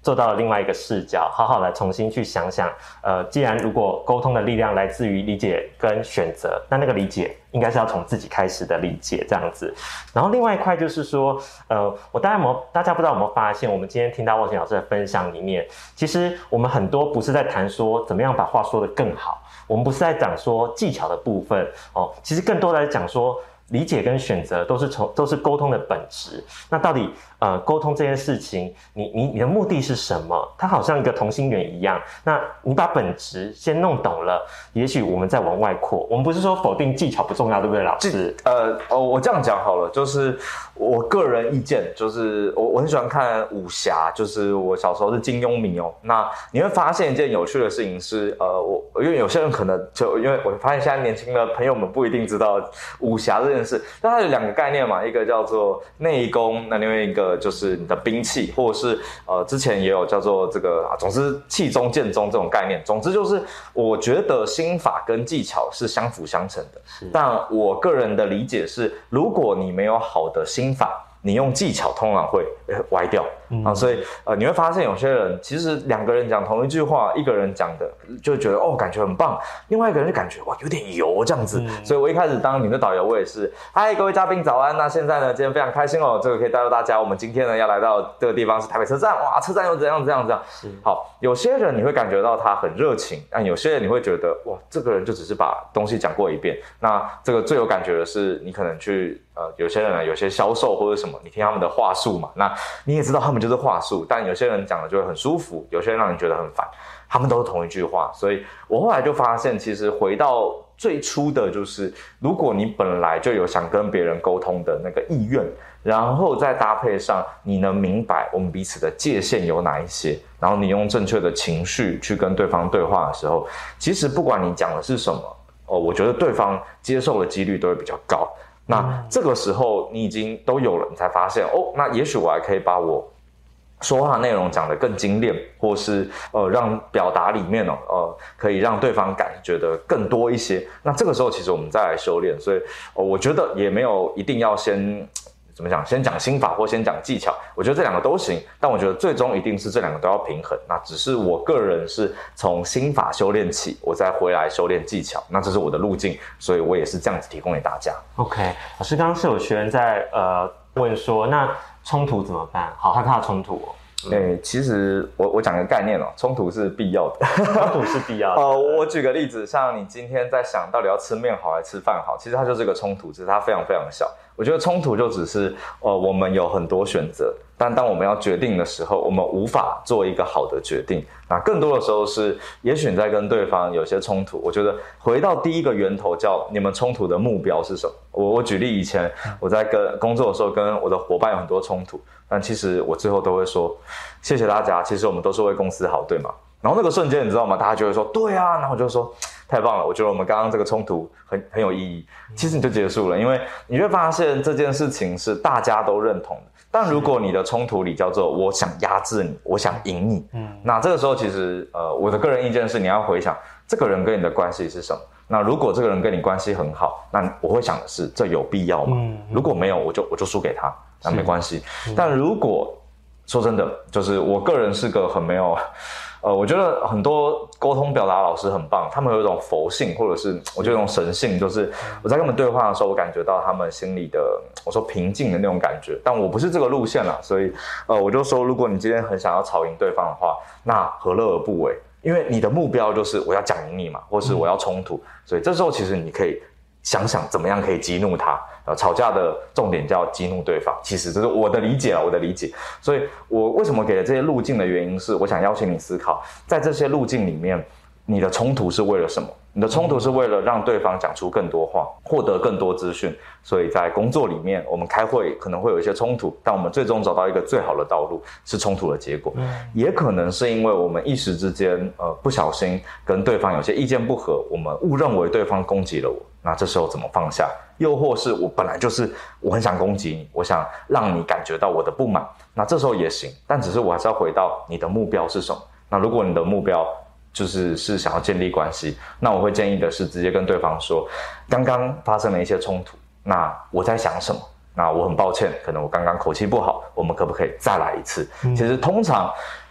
做到了另外一个视角，好好来重新去想想，呃，既然如果沟通的力量来自于理解跟选择，那那个理解应该是要从自己开始的理解这样子。然后另外一块就是说，呃，我大家有没有大家不知道有没有发现，我们今天听到忘形老师的分享里面，其实我们很多不是在谈说怎么样把话说得更好，我们不是在讲说技巧的部分哦，其实更多的在讲说。理解跟选择都是从都是沟通的本质。那到底呃沟通这件事情，你你你的目的是什么？它好像一个同心圆一样。那你把本质先弄懂了，也许我们再往外扩。我们不是说否定技巧不重要，对不对，老师？ 呃哦，我这样讲好了，就是我个人意见，就是我我很喜欢看武侠，就是我小时候是金庸迷哦。那你会发现一件有趣的事情是，呃，我因为有些人可能就因为我发现现在年轻的朋友们不一定知道武侠这件事。但它有两个概念嘛，一个叫做内功，那另外一个就是你的兵器，或者是呃之前也有叫做这个，啊、总之气中剑中这种概念。总之就是我觉得心法跟技巧是相辅相成的，但我个人的理解是，如果你没有好的心法，你用技巧通常会歪掉、嗯、啊，所以呃你会发现有些人其实两个人讲同一句话，一个人讲的就觉得哦感觉很棒，另外一个人就感觉哇有点油这样子、嗯、所以我一开始当领队导游我也是，嗨各位嘉宾早安，那现在呢今天非常开心哦，这个可以带到大家，我们今天呢要来到这个地方是台北车站，哇车站又怎样怎样怎样，好，有些人你会感觉到他很热情，但有些人你会觉得哇这个人就只是把东西讲过一遍。那这个最有感觉的是你可能去呃有些人呢有些销售或者什么，你听他们的话术嘛，那你也知道他们就是话术，但有些人讲的就会很舒服，有些人让你觉得很烦，他们都是同一句话。所以我后来就发现，其实回到最初的就是，如果你本来就有想跟别人沟通的那个意愿，然后再搭配上你能明白我们彼此的界限有哪一些，然后你用正确的情绪去跟对方对话的时候，其实不管你讲的是什么，哦，我觉得对方接受的几率都会比较高。那这个时候你已经都有了，你才发现哦，那也许我还可以把我说话内容讲得更精炼，或是呃让表达里面哦呃可以让对方感觉得更多一些。那这个时候其实我们再来修炼，所以、呃、我觉得也没有一定要先怎么讲，先讲心法或先讲技巧，我觉得这两个都行，但我觉得最终一定是这两个都要平衡。那只是我个人是从心法修炼起，我再回来修炼技巧，那这是我的路径，所以我也是这样子提供给大家。 OK， 老师刚刚是有学员在呃问说，那冲突怎么办？好害怕冲突哦。 哎、欸，其实我我讲个概念哦，冲突是必要的， 冲突是必要的。 呃，我举个例子，像你今天在想到底要吃面好还是吃饭好，其实它就是个冲突，只是它非常非常小。我觉得冲突就只是呃我们有很多选择，但当我们要决定的时候，我们无法做一个好的决定。那更多的时候是，也许你在跟对方有些冲突，我觉得回到第一个源头，叫你们冲突的目标是什么？我我举例，以前我在跟工作的时候，跟我的伙伴有很多冲突，但其实我最后都会说，谢谢大家，其实我们都是为公司好，对吗？然后那个瞬间，你知道吗？大家就会说，对啊，然后我就说，太棒了，我觉得我们刚刚这个冲突很很有意义。其实你就结束了，因为你会发现这件事情是大家都认同的。但如果你的冲突里叫做我想压制你，我想赢你，嗯，那这个时候其实呃，我的个人意见是，你要回想这个人跟你的关系是什么。那如果这个人跟你关系很好，那我会想的是，这有必要吗？嗯嗯、如果没有，我就我就输给他，那没关系。嗯、但如果说真的，就是我个人是个很没有。呃，我觉得很多沟通表达老师很棒，他们有一种佛性，或者是我觉得一种神性，就是我在跟他们对话的时候，我感觉到他们心里的我说平静的那种感觉。但我不是这个路线啦，所以呃，我就说，如果你今天很想要吵赢对方的话，那何乐而不为？因为你的目标就是我要讲赢你嘛，或是我要冲突，所以这时候其实你可以想想怎么样可以激怒他。呃，吵架的重点叫激怒对方，其实这是我的理解啊，我的理解。所以我为什么给了这些路径的原因是，我想邀请你思考，在这些路径里面，你的冲突是为了什么？你的冲突是为了让对方讲出更多话，获得更多资讯。所以在工作里面，我们开会可能会有一些冲突，但我们最终找到一个最好的道路是冲突的结果。嗯、也可能是因为我们一时之间，呃，不小心跟对方有些意见不合，我们误认为对方攻击了我。那这时候怎么放下？又或是我本来就是我很想攻击你，我想让你感觉到我的不满，那这时候也行，但只是我还是要回到你的目标是什么。那如果你的目标就是是想要建立关系，那我会建议的是直接跟对方说，刚刚发生了一些冲突，那我在想什么？那我很抱歉，可能我刚刚口气不好，我们可不可以再来一次？嗯、其实通常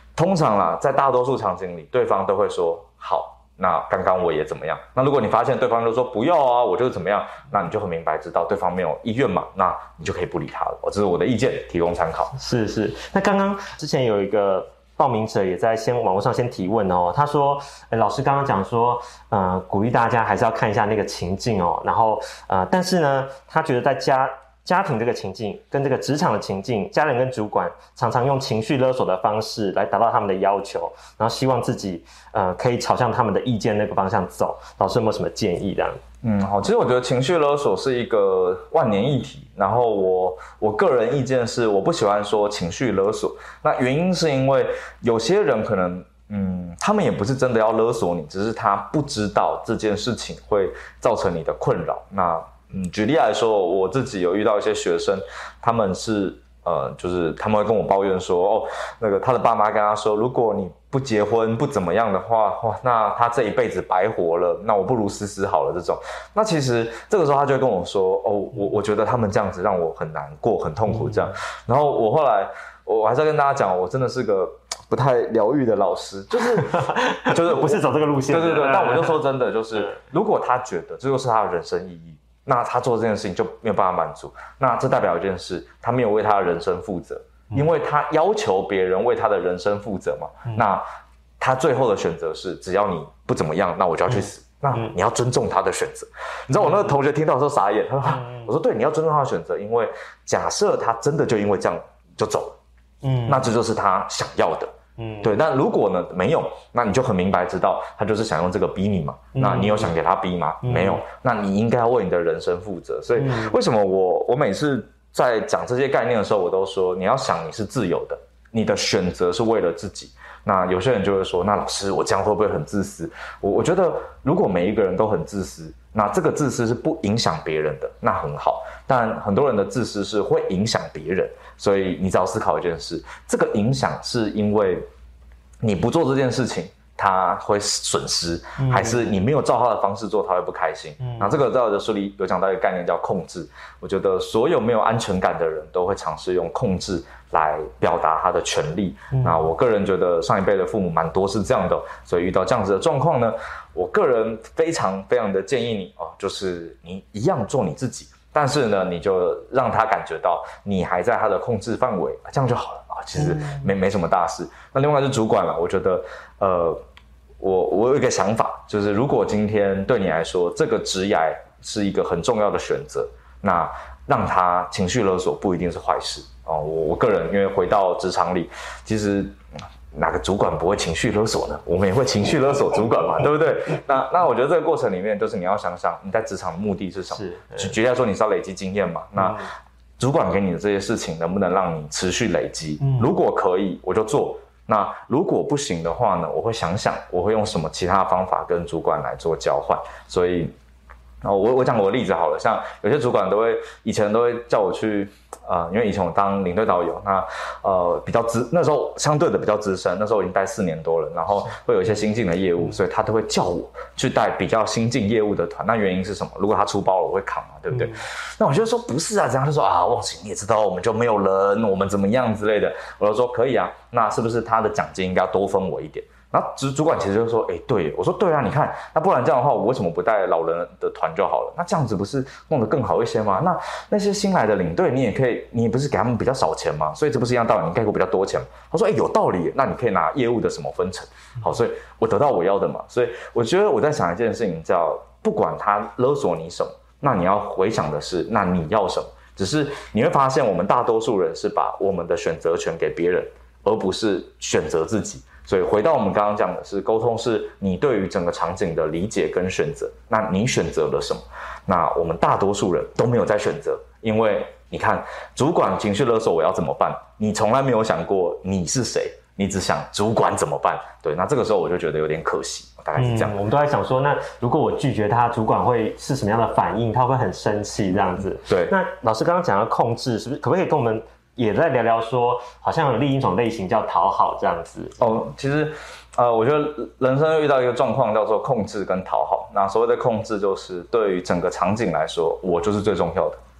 通常啦，在大多数场景里，对方都会说好。那刚刚我也怎么样？那如果你发现对方就说不要啊，我就是怎么样，那你就很明白知道对方没有意愿嘛，那你就可以不理他了。这是我的意见，提供参考。 是是。那刚刚之前有一个报名者也在先网络上先提问哦，他说，欸、老师刚刚讲说，呃，鼓励大家还是要看一下那个情境哦，然后呃，但是呢，他觉得在家。家庭这个情境跟这个职场的情境，家人跟主管常常用情绪勒索的方式来达到他们的要求，然后希望自己呃可以朝向他们的意见那个方向走。老师有没有什么建议这样？ 嗯，好，其实我觉得情绪勒索是一个万年议题。然后我我个人意见是，我不喜欢说情绪勒索。那原因是因为有些人可能，嗯，他们也不是真的要勒索你，只是他不知道这件事情会造成你的困扰。那嗯，举例来说，我自己有遇到一些学生，他们是呃，就是他们会跟我抱怨说，哦，那个他的爸妈跟他说，如果你不结婚不怎么样的话，哇，那他这一辈子白活了，那我不如死死好了这种。那其实这个时候他就会跟我说，哦，我我觉得他们这样子让我很难过，很痛苦这样。然后我后来我还是要跟大家讲，我真的是个不太疗愈的老师，就是就是不是走这个路线。 对对对，但我就说真的，就是如果他觉得这就是他的人生意义。那他做这件事情就没有办法满足，那这代表一件事，他没有为他的人生负责，因为他要求别人为他的人生负责嘛。嗯、那他最后的选择是，只要你不怎么样，那我就要去死。嗯、那你要尊重他的选择。你知道我那个同学听到的时候傻眼，他说：“嗯、我说对，你要尊重他的选择，因为假设他真的就因为这样就走了，嗯，那这就是他想要的。”嗯，对，但如果呢没有，那你就很明白知道他就是想用这个逼你嘛。嗯、那你有想给他逼吗？嗯、没有，那你应该要为你的人生负责。所以为什么我我每次在讲这些概念的时候，我都说你要想你是自由的，你的选择是为了自己。那有些人就会说，那老师我这样会不会很自私？我我觉得如果每一个人都很自私，那这个自私是不影响别人的，那很好。但很多人的自私是会影响别人，所以你只要思考一件事，这个影响是因为你不做这件事情他会损失，嗯、还是你没有照他的方式做他会不开心。嗯、那这个在我的书里有讲到一个概念叫控制。我觉得所有没有安全感的人都会尝试用控制来表达他的权利。嗯、那我个人觉得上一辈的父母蛮多是这样的，所以遇到这样子的状况呢，我个人非常非常的建议你哦，就是你一样做你自己，但是呢，你就让他感觉到你还在他的控制范围，这样就好了啊。其实没没什么大事。那另外是主管了，我觉得呃。我我有一个想法，就是如果今天对你来说这个职涯是一个很重要的选择，那让他情绪勒索不一定是坏事哦。我我个人因为回到职场里，其实哪个主管不会情绪勒索呢？我们也会情绪勒索主管嘛，对不对？那那我觉得这个过程里面，就是你要想想你在职场的目的是什么。是，举例来说，你是要累积经验嘛？嗯、那主管给你的这些事情能不能让你持续累积？嗯、如果可以，我就做。那如果不行的话呢，我会想想我会用什么其他方法跟主管来做交换。所以我我讲我的例子好了，像有些主管都会以前都会叫我去呃，因为以前我当领队导游，那呃比较资那时候相对的比较资深，那时候我已经待四年多了，然后会有一些新进的业务，所以他都会叫我去带比较新进业务的团。那原因是什么？如果他出包了，我会扛嘛，对不对？嗯、那我就说不是啊，这样就说啊，忘记你也知道我们就没有人，我们怎么样之类的。我就说可以啊，那是不是他的奖金应该要多分我一点？然后主主管其实就说，哎，对，我说对啊，你看，那不然这样的话，我为什么不带老人的团就好了？那这样子不是弄得更好一些吗？那那些新来的领队，你也可以，你不是给他们比较少钱吗？所以这不是一样道理，你应该给我比较多钱。他说，哎，有道理，那你可以拿业务的什么分成。好，所以我得到我要的嘛。所以我觉得我在想一件事情叫，不管他勒索你什么，那你要回想的是，那你要什么？只是你会发现，我们大多数人是把我们的选择权给别人，而不是选择自己。所以回到我们刚刚讲的是，沟通是你对于整个场景的理解跟选择。那你选择了什么？那我们大多数人都没有在选择，因为你看，主管情绪勒索我要怎么办？你从来没有想过你是谁，你只想主管怎么办？对，那这个时候我就觉得有点可惜，大概是这样。 嗯、我们都在想说，那如果我拒绝他，主管会是什么样的反应？他会不会很生气这样子？ 对。 那老师刚刚讲到控制，是不是可不可以跟我们也在聊聊说，好像有另一种类型叫讨好这样子？ 哦，其实，呃，我觉得人生遇到一个状况叫做控制跟讨好。那所谓的控制，就是对于整个场景来说，我就是最重要的。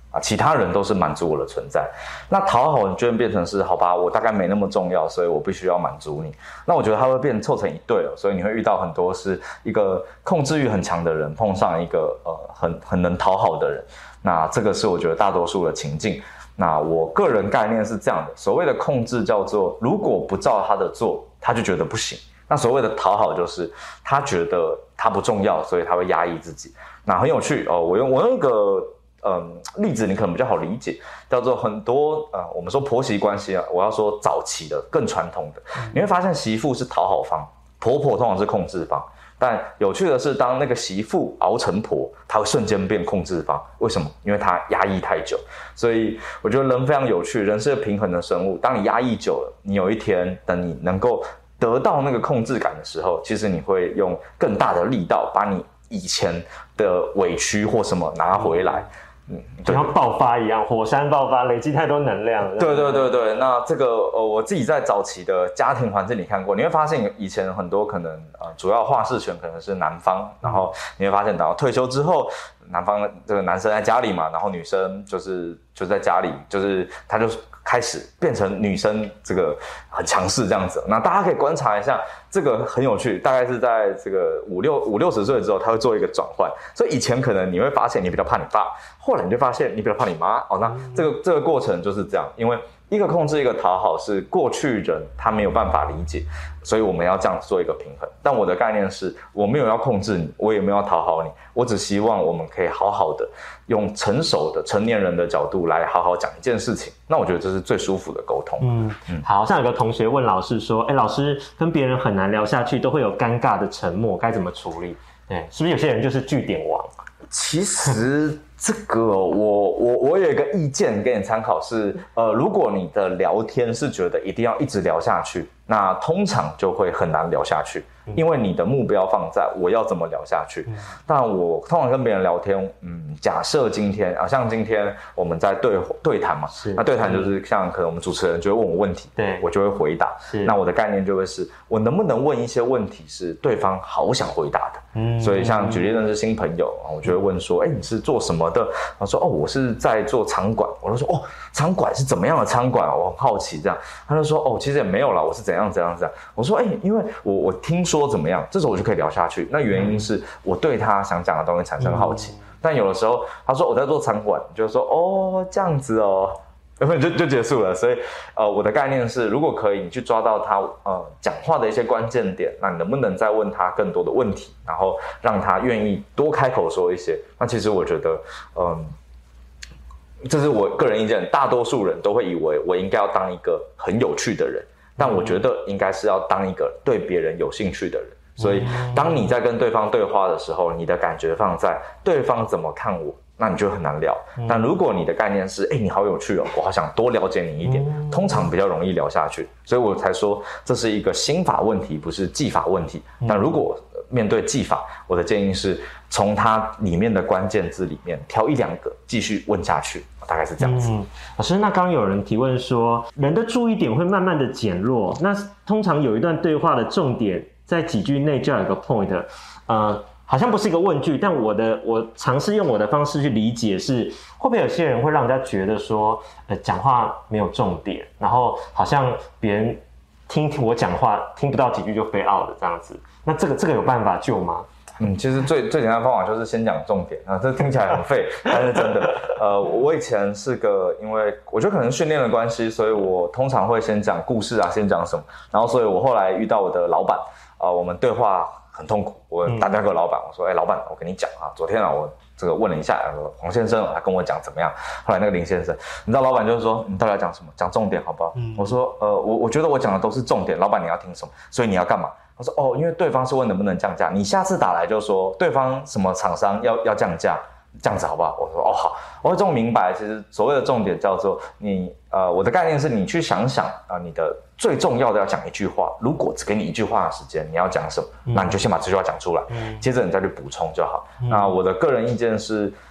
啊，其他人都是满足我的存在。那讨好就会变成是好吧，我大概没那么重要，所以我必须要满足你。那我觉得它会变凑成一对了，所以你会遇到很多是一个控制欲很强的人碰上一个呃很很能讨好的人。那这个是我觉得大多数的情境。那我个人概念是这样的，所谓的控制叫做如果不照他的做，他就觉得不行。那所谓的讨好就是他觉得他不重要，所以他会压抑自己。那很有趣哦，我用我用一个嗯例子，你可能比较好理解，叫做很多呃我们说婆媳关系啊，我要说早期的更传统的，你会发现媳妇是讨好方，婆婆通常是控制方。但有趣的是，当那个媳妇熬成婆，她会瞬间变控制方。为什么？因为她压抑太久。所以我觉得人非常有趣，人是个平衡的生物。当你压抑久了，你有一天等你能够得到那个控制感的时候，其实你会用更大的力道把你以前的委屈或什么拿回来。 嗯，就像爆发一样，火山爆发，累积太多能量了。 对对对对，那这个呃，我自己在早期的家庭环境里看过，你会发现以前很多可能呃，主要话事权可能是男方，然后你会发现，然后退休之后，男方这个男生在家里嘛，然后女生就是就在家里，就是他就开始变成女生这个很强势这样子。那大家可以观察一下，这个很有趣，大概是在这个五六五六十岁之后，他会做一个转换。所以以前可能你会发现你比较怕你爸，后来你就发现你比较怕你妈。哦，那这个这个过程就是这样，因为一个控制一个讨好是过去人他没有办法理解，所以我们要这样做一个平衡。但我的概念是我没有要控制你，我也没有要讨好你，我只希望我们可以好好的用成熟的成年人的角度来好好讲一件事情。那我觉得这是最舒服的沟通。 嗯嗯，好像有个同学问老师说，哎，老师跟别人很难聊下去，都会有尴尬的沉默，该怎么处理？对，是不是有些人就是句点王？ 其实这个我我我有一个意见给你参考是，呃，如果你的聊天是觉得一定要一直聊下去，那通常就会很难聊下去，因为你的目标放在我要怎么聊下去。但我通常跟别人聊天，嗯，假设今天啊，像今天我们在对对谈嘛，那对谈就是像可能我们主持人就会问我问题，对，我就会回答。那我的概念就会是我能不能问一些问题是对方好想回答的。嗯，所以像举例认识新朋友，我就会问说，哎，你是做什么的？他说，哦，我是在做场馆。我就说，哦，场馆是怎么样的场馆？我很好奇这样。他就说，哦，其实也没有啦，我是怎样怎样怎样。我说，哎，因为我我听说怎么样，这时候我就可以聊下去。那原因是我对他想讲的东西产生好奇。嗯，但有的时候他说我在做场馆，就说，哦，这样子哦。就就结束了。所以呃，我的概念是，如果可以你去抓到他呃讲话的一些关键点，那你能不能再问他更多的问题，然后让他愿意多开口说一些。那其实我觉得嗯，这是我个人意见，大多数人都会以为我应该要当一个很有趣的人，但我觉得应该是要当一个对别人有兴趣的人。所以当你在跟对方对话的时候，你的感觉放在对方怎么看我，那你就很难聊。但如果你的概念是，哎，你好有趣哦，我好想多了解你一点，通常比较容易聊下去。所以我才说这是一个心法问题，不是技法问题。但如果面对技法，我的建议是从它里面的关键字里面挑一两个继续问下去，大概是这样子。 嗯，老师，那刚刚有人提问说，人的注意点会慢慢的减弱，那通常有一段对话的重点在几句内就要有个 point， 呃，好像不是一个问句，但我的我尝试用我的方式去理解是，会不会有些人会让人家觉得说，呃，讲话没有重点，然后好像别人听我讲话听不到几句就飞 out 的这样子，那这个这个有办法救吗？ 嗯，其实最最简单的方法就是先讲重点啊，这听起来很废，但是真的，呃，我以前是个，因为我觉得可能训练的关系，所以我通常会先讲故事啊，先讲什么，然后所以我后来遇到我的老板啊、呃，我们对话很痛苦，我打电话给我老板，我说，哎、欸，老板，我跟你讲啊，昨天啊，我这个问了一下，呃，黄先生他跟我讲怎么样，后来那个林先生，你知道老板就是说，你到底要讲什么？讲重点好不好？嗯、我说，呃，我我觉得我讲的都是重点，老板你要听什么？所以你要干嘛？他说哦，因为对方是问能不能降价，你下次打来就说对方什么厂商要要降价，这样子好不好？我说哦好，我会这么明白。其实所谓的重点叫做你呃，我的概念是你去想想啊、呃，你的最重要的要讲一句话，如果只给你一句话的时间，你要讲什么？嗯、那你就先把这句话讲出来，嗯、接着你再去补充就好。嗯、那我的个人意见是，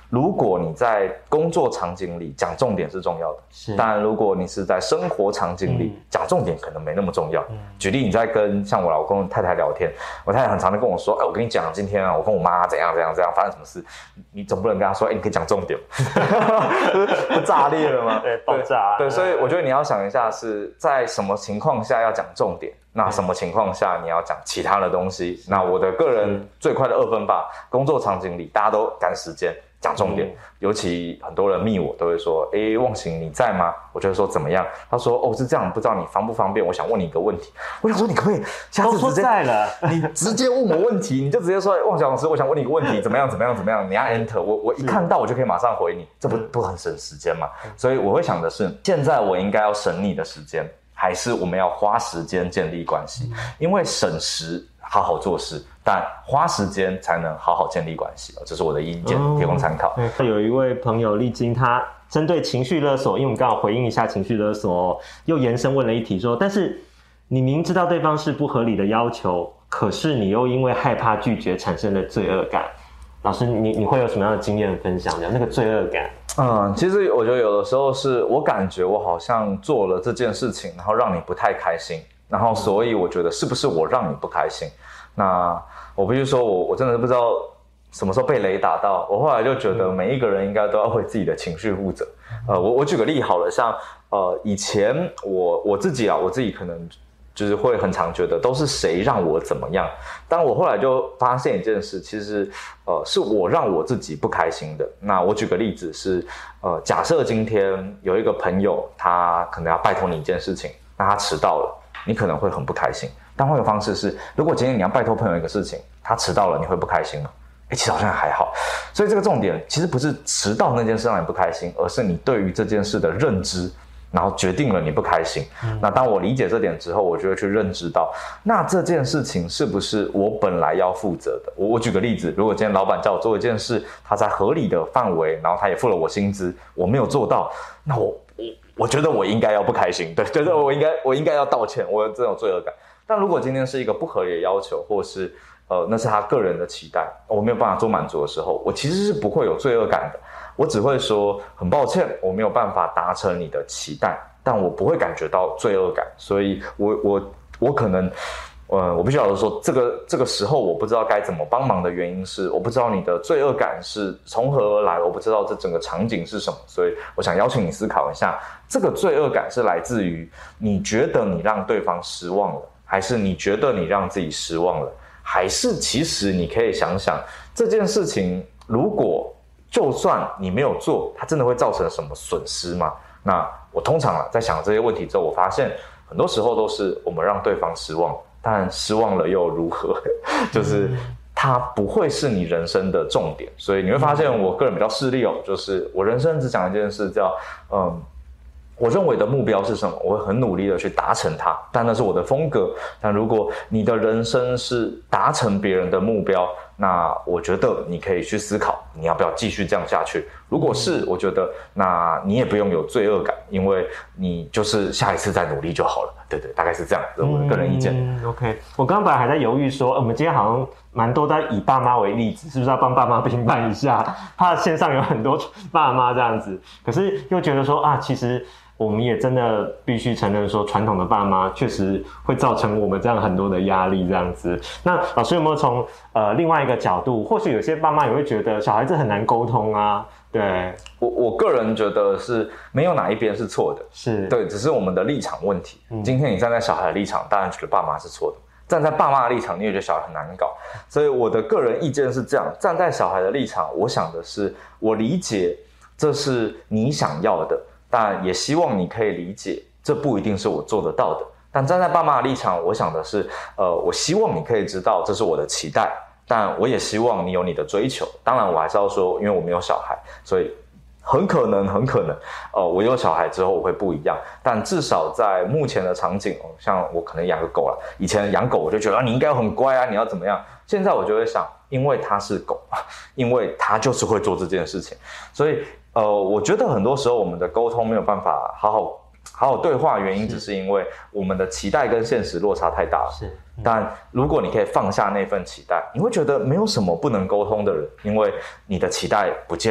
如果你在工作场景里讲重点是重要的，是，但如果你是在生活场景里、嗯、讲重点可能没那么重要。嗯、举例，你在跟像我老公太太聊天，我太太很常的跟我说，哎，我跟你讲，今天啊，我跟我妈怎样怎样怎样发生什么事，你总不能跟她说，哎，你可以讲重点，不炸裂了吗？ 对，爆炸。 对，所以我觉得你要想一下，是在什么情况下要讲重点。那什么情况下你要讲其他的东西？那我的个人最快的二分法，工作场景里大家都赶时间讲重点，嗯、尤其很多人密我都会说，哎，忘形你在吗？我就会说怎么样？他说哦是这样，不知道你方不方便？我想问你一个问题。我想说你可不可以下次直接在了， 你直接问我问题，你就直接说忘形老师，我想问你一个问题，怎么样怎么样怎么样？你要 enter， 我我一看到我就可以马上回你，这不都很省时间吗？所以我会想的是，现在我应该要省你的时间。还是我们要花时间建立关系，因为省时好好做事，但花时间才能好好建立关系。这是我的意见，提供参考。 哦、有一位朋友丽晶，他针对情绪勒索，因为我们刚好回应一下情绪勒索，又延伸问了一题说，但是你明知道对方是不合理的要求，可是你又因为害怕拒绝产生了罪恶感。老师，你你会有什么样的经验分享？那个罪恶感？ 嗯，其实我觉得有的时候是我感觉我好像做了这件事情，然后让你不太开心，然后所以我觉得是不是我让你不开心？那我必须说我我真的不知道什么时候被雷打到。我后来就觉得每一个人应该都要为自己的情绪负责。呃，我我举个例好了，像呃以前我我自己啊，我自己可能。就是会很常觉得都是谁让我怎么样，但我后来就发现一件事，其实呃是我让我自己不开心的。那我举个例子是，呃假设今天有一个朋友，他可能要拜托你一件事情，那他迟到了，你可能会很不开心。但换个方式是，如果今天你要拜托朋友一个事情，他迟到了，你会不开心吗？哎，其实好像还好。所以这个重点其实不是迟到那件事让你不开心，而是你对于这件事的认知。然后决定了你不开心、嗯、那当我理解这点之后，我就会去认知到，那这件事情是不是我本来要负责的。 我, 我举个例子，如果今天老板叫我做一件事，他在合理的范围，然后他也付了我薪资，我没有做到，那我我我觉得我应该要不开心，对，觉得我应该我应该要道歉，我有这种罪恶感。但如果今天是一个不合理的要求，或是呃那是他个人的期待，我没有办法做满足的时候，我其实是不会有罪恶感的。我只会说很抱歉，我没有办法达成你的期待，但我不会感觉到罪恶感。所以我我我可能呃我必须老实说，这个这个时候我不知道该怎么帮忙的原因是，我不知道你的罪恶感是从何而来，我不知道这整个场景是什么。所以我想邀请你思考一下，这个罪恶感是来自于你觉得你让对方失望了，还是你觉得你让自己失望了，还是其实你可以想想这件事情，如果就算你没有做，它真的会造成什么损失吗？那我通常啊，在想这些问题之后，我发现很多时候都是我们让对方失望，但失望了又如何？就是它不会是你人生的重点。所以你会发现，我个人比较势利哦，就是我人生只讲一件事，叫嗯。我认为的目标是什么？我会很努力的去达成它，但那是我的风格。但如果你的人生是达成别人的目标，那我觉得你可以去思考，你要不要继续这样下去。如果是，我觉得那你也不用有罪恶感，因为你就是下一次再努力就好了。对对，大概是这样，这是我的个人意见。 嗯、OK， 我刚刚本来还在犹豫说，呃、我们今天好像蛮多在以爸妈为例子，是不是要帮爸妈平反一下？怕线上有很多爸妈这样子，可是又觉得说啊，其实。我们也真的必须承认说，传统的爸妈确实会造成我们这样很多的压力这样子。那老师有没有从呃另外一个角度，或许有些爸妈也会觉得小孩子很难沟通啊？对， 我我个人觉得是没有哪一边是错的， 是对，只是我们的立场问题。嗯、今天你站在小孩的立场，当然觉得爸妈是错的；站在爸妈的立场，你也觉得小孩很难搞。所以我的个人意见是这样：站在小孩的立场，我想的是，我理解这是你想要的。但也希望你可以理解，这不一定是我做得到的。但站在爸妈的立场，我想的是，呃，我希望你可以知道这是我的期待，但我也希望你有你的追求。当然，我还是要说，因为我没有小孩，所以很可能，很可能，呃，我有小孩之后我会不一样。但至少在目前的场景，像我可能养个狗了，以前养狗我就觉得、啊、你应该很乖啊，你要怎么样？现在我就会想，因为它是狗，因为它就是会做这件事情，所以。呃，我觉得很多时候我们的沟通没有办法好好好好对话，原因只是因为我们的期待跟现实落差太大了。是，嗯、但如果你可以放下那份期待，你会觉得没有什么不能沟通的人，因为你的期待不见了。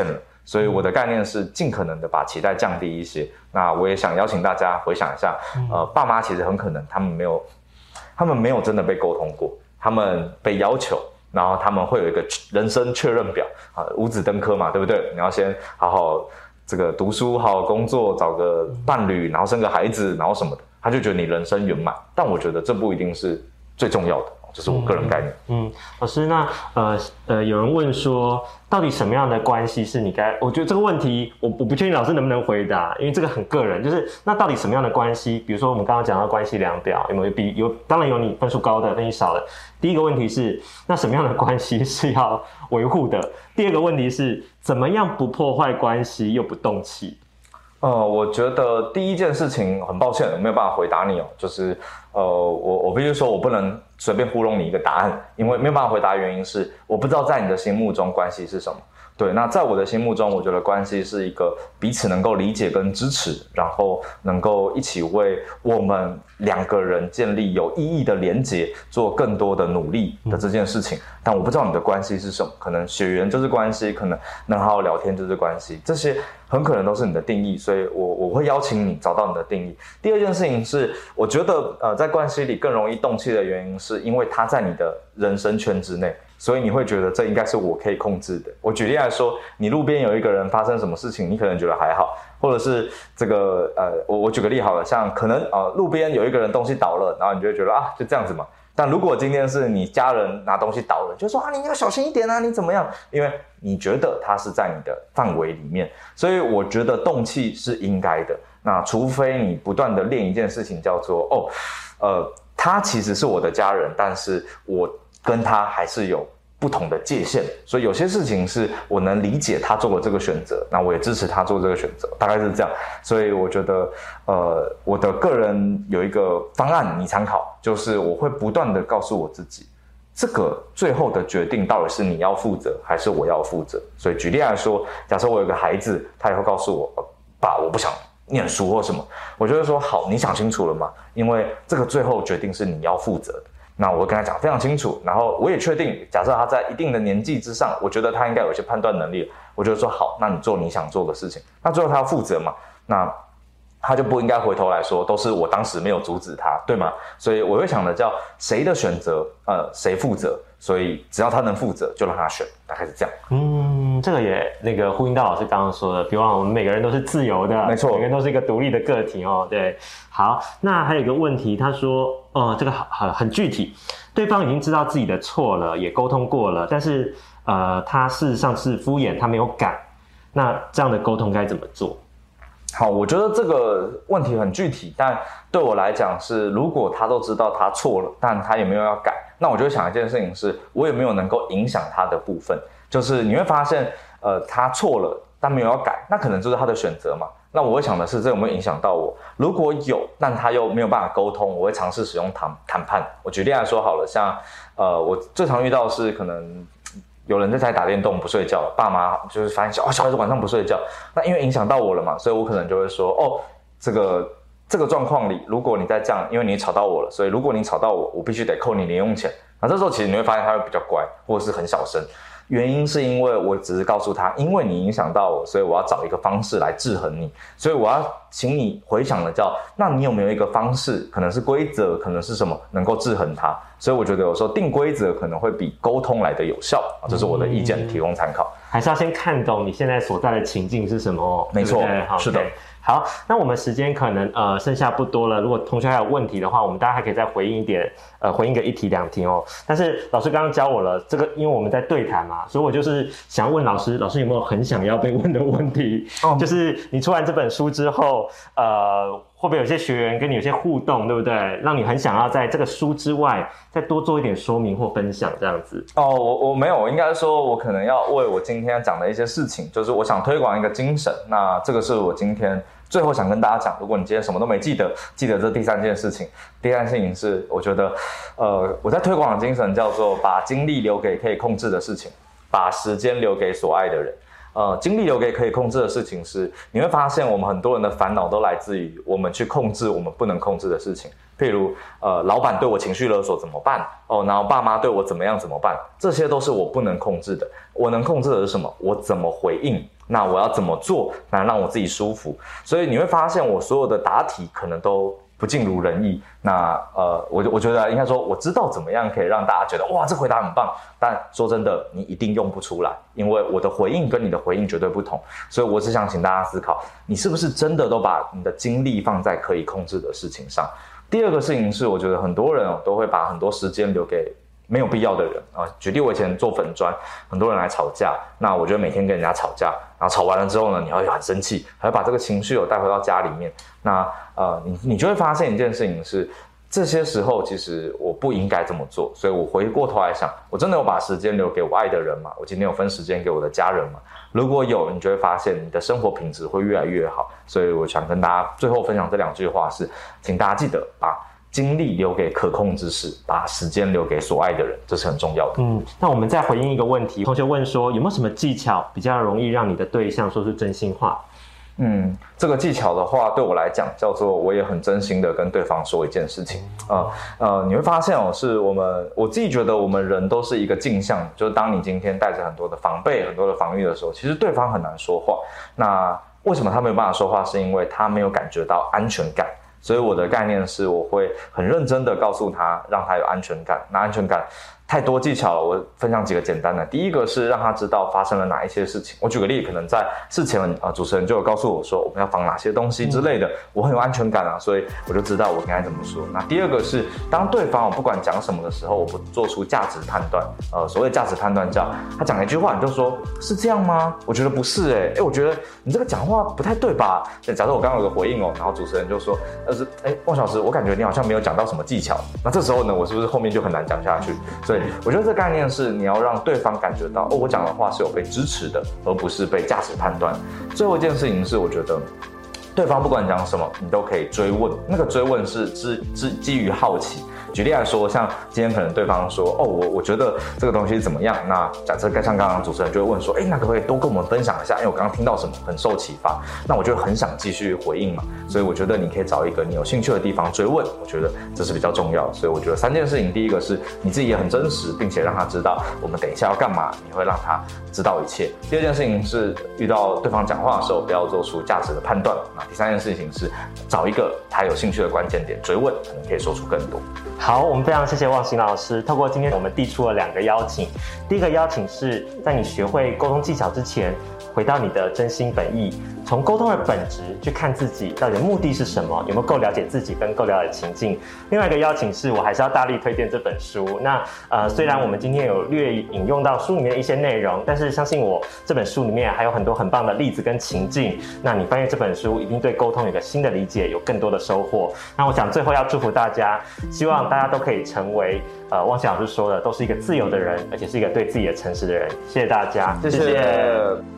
所以我的概念是尽可能的把期待降低一些。那我也想邀请大家回想一下，呃，爸妈其实很可能他们没有，他们没有真的被沟通过，他们被要求，然后他们会有一个人生确认表啊，五子登科嘛，对不对？你要先好好这个读书，好好工作，找个伴侣，然后生个孩子，然后什么的，他就觉得你人生圆满。但我觉得这不一定是最重要的。这是我个人概念。 嗯，嗯老师，那呃呃，有人问说，到底什么样的关系是你该？我觉得这个问题，我我不确定老师能不能回答，因为这个很个人。就是那到底什么样的关系？比如说我们刚刚讲到关系量表，有没有比有？当然有你分数高的，分数少的。第一个问题是，那什么样的关系是要维护的？第二个问题是，怎么样不破坏关系又不动气？ 呃，我觉得第一件事情，很抱歉，我没有办法回答你哦。就是，呃，我我必须说，我不能随便糊弄你一个答案，因为没有办法回答，原因是我不知道在你的心目中关系是什么。对，那在我的心目中，我觉得关系是一个彼此能够理解跟支持，然后能够一起为我们两个人建立有意义的连结，做更多的努力的这件事情。但我不知道你的关系是什么，可能血缘就是关系，可能能好好聊天就是关系，这些很可能都是你的定义，所以我我会邀请你找到你的定义。第二件事情是，我觉得呃在关系里更容易动气的原因，是因为他在你的人生圈之内。所以你会觉得这应该是我可以控制的。我举例来说，你路边有一个人发生什么事情，你可能觉得还好，或者是这个呃，我我举个例好了，像可能呃路边有一个人东西倒了，然后你就会觉得啊就这样子嘛。但如果今天是你家人拿东西倒了，就说啊你要小心一点啊，你怎么样？因为你觉得他是在你的范围里面，所以我觉得动气是应该的。那除非你不断的练一件事情，叫做哦，呃，他其实是我的家人，但是我跟他还是有不同的界限，所以有些事情是我能理解他做了这个选择，那我也支持他做这个选择，大概是这样。所以我觉得，呃，我的个人有一个方案你参考，就是我会不断的告诉我自己，这个最后的决定到底是你要负责还是我要负责。所以举例来说，假设我有个孩子，他也会告诉我，呃、爸，我不想念书或什么，我就会说好，你想清楚了吗？因为这个最后决定是你要负责的。那我会跟他讲非常清楚，然后我也确定，假设他在一定的年纪之上，我觉得他应该有一些判断能力，我就说好，那你做你想做的事情，那最后他要负责嘛，那他就不应该回头来说都是我当时没有阻止他，对吗？所以我会想的叫谁的选择，呃，谁负责，所以只要他能负责，就让他选，大概是这样。 嗯，这个也那个呼应到老师刚刚说的，别忘了我们每个人都是自由的， 没错， 每个人都是一个独立的个体哦。对，好，那还有一个问题，他说，哦，这个很很具体，对方已经知道自己的错了，也沟通过了，但是呃，他事实上是敷衍，他没有改，那这样的沟通该怎么做？ 好，我觉得这个问题很具体，但对我来讲是，如果他都知道他错了，但他也没有要改，那我就会想一件事情是，我有没有能够影响他的部分？就是你会发现，呃，他错了，但没有要改，那可能就是他的选择嘛。那我会想的是，这有没有影响到我？如果有，但他又没有办法沟通，我会尝试使用谈谈判。我举例来说好了，像呃，我最常遇到的是可能有人在家打电动不睡觉，爸妈就是发现小、哦、小孩子晚上不睡觉，那因为影响到我了嘛，所以我可能就会说，哦，这个这个状况里，如果你再这样，因为你吵到我了，所以如果你吵到我，我必须得扣你零用钱。那这时候其实你会发现他会比较乖，或者是很小声。原因是因为我只是告诉他，因为你影响到我，所以我要找一个方式来制衡你，所以我要请你回想的叫，那你有没有一个方式，可能是规则，可能是什么，能够制衡它？所以我觉得有时候定规则可能会比沟通来的有效，这是我的意见，提供参考。 还是要先看懂你现在所在的情境是什么哦。 没错， 是的。好，那我们时间可能呃剩下不多了。如果同学还有问题的话，我们大家还可以再回应一点，呃，回应个一题两题哦。但是老师刚刚教我了这个，因为我们在对谈嘛，所以我就是想问老师，老师有没有很想要被问的问题？哦，就是你出完这本书之后，呃，会不会有些学员跟你有些互动，对不对？让你很想要在这个书之外再多做一点说明或分享这样子？ 哦，我我没有，我应该说，我可能要为我今天讲的一些事情，就是我想推广一个精神。那这个是我今天最后想跟大家讲，如果你今天什么都没记得，记得这第三件事情。第三件事情是，我觉得，呃，我在推广的精神叫做把精力留给可以控制的事情，把时间留给所爱的人。呃，精力留给可以控制的事情是，你会发现我们很多人的烦恼都来自于我们去控制我们不能控制的事情。譬如，呃，老板对我情绪勒索怎么办？哦，然后爸妈对我怎么样怎么办？这些都是我不能控制的。我能控制的是什么？我怎么回应？ 那我要怎么做来让我自己舒服？所以你会发现我所有的答题可能都不尽如人意。那呃，我我觉得应该说，我知道怎么样可以让大家觉得哇，这回答很棒。但说真的，你一定用不出来，因为我的回应跟你的回应绝对不同。所以我只想请大家思考，你是不是真的都把你的精力放在可以控制的事情上？第二个事情是，我觉得很多人哦都会把很多时间留给没有必要的人啊。举例我以前做粉专，很多人来吵架，那我觉得每天跟人家吵架，然后吵完了之后呢，你会很生气，还会把这个情绪有带回到家里面。那呃，你你就会发现一件事情是，这些时候其实我不应该这么做。所以我回过头来想，我真的有把时间留给我爱的人吗？我今天有分时间给我的家人吗？如果有，你就会发现你的生活品质会越来越好。所以我想跟大家最后分享这两句话是，请大家记得把精力留给可控之事，把时间留给所爱的人，这是很重要的。 嗯，那我们再回应一个问题，同学问说，有没有什么技巧比较容易让你的对象说出真心话？ 嗯，这个技巧的话，对我来讲叫做我也很真心的跟对方说一件事情。呃呃，你会发现哦，是我们我自己觉得我们人都是一个镜像，就是当你今天带着很多的防备、很多的防御的时候，其实对方很难说话。那为什么他没有办法说话？是因为他没有感觉到安全感。所以我的概念是，我会很认真的告诉他，让他有安全感。那安全感太多技巧了，我分享几个简单的。第一个是让他知道发生了哪一些事情。我举个例，可能在事前呃主持人就有告诉我说我们要防哪些东西之类的，我很有安全感啊，所以我就知道我应该怎么说。那第二个是当对方我不管讲什么的时候，我不做出价值判断。呃，所谓价值判断叫他讲一句话，你就说是这样吗？我觉得不是哎、欸，哎、欸，我觉得你这个讲话不太对吧？假设我刚刚有个回应哦，然后主持人就说，呃是哎汪老师，我感觉你好像没有讲到什么技巧。那这时候呢，我是不是后面就很难讲下去？所以我觉得这个概念是你要让对方感觉到哦，我讲的话是有被支持的，而不是被价值判断。最后一件事情是，我觉得对方不管讲什么，你都可以追问。那个追问是基基基于好奇。举例来说，像今天可能对方说，哦，我我觉得这个东西怎么样？那假设像刚刚主持人就会问说，哎，那可不可以多跟我们分享一下？因为我刚刚听到什么很受启发，那我就很想继续回应嘛。所以我觉得你可以找一个你有兴趣的地方追问，我觉得这是比较重要的。所以我觉得三件事情，第一个是你自己也很真实，并且让他知道我们等一下要干嘛，你会让他知道一切。第二件事情是遇到对方讲话的时候，不要做出价值的判断。那第三件事情是找一个他有兴趣的关键点追问，可能可以说出更多。 好，我们非常谢谢忘形老师。透过今天我们递出了两个邀请，第一个邀请是在你学会沟通技巧之前，回到你的真心本意，从沟通的本质去看自己到底的目的是什么，有没有够了解自己跟够了解情境。另外一个邀请是我还是要大力推荐这本书。那呃，虽然我们今天有略引用到书里面的一些内容，但是相信我，这本书里面还有很多很棒的例子跟情境。那你翻阅这本书，一定对沟通有个新的理解，有更多的收获。那我想最后要祝福大家，希望大家都可以成为呃忘形老师说的，都是一个自由的人，而且是一个对自己的诚实的人。谢谢大家， 谢谢。谢谢。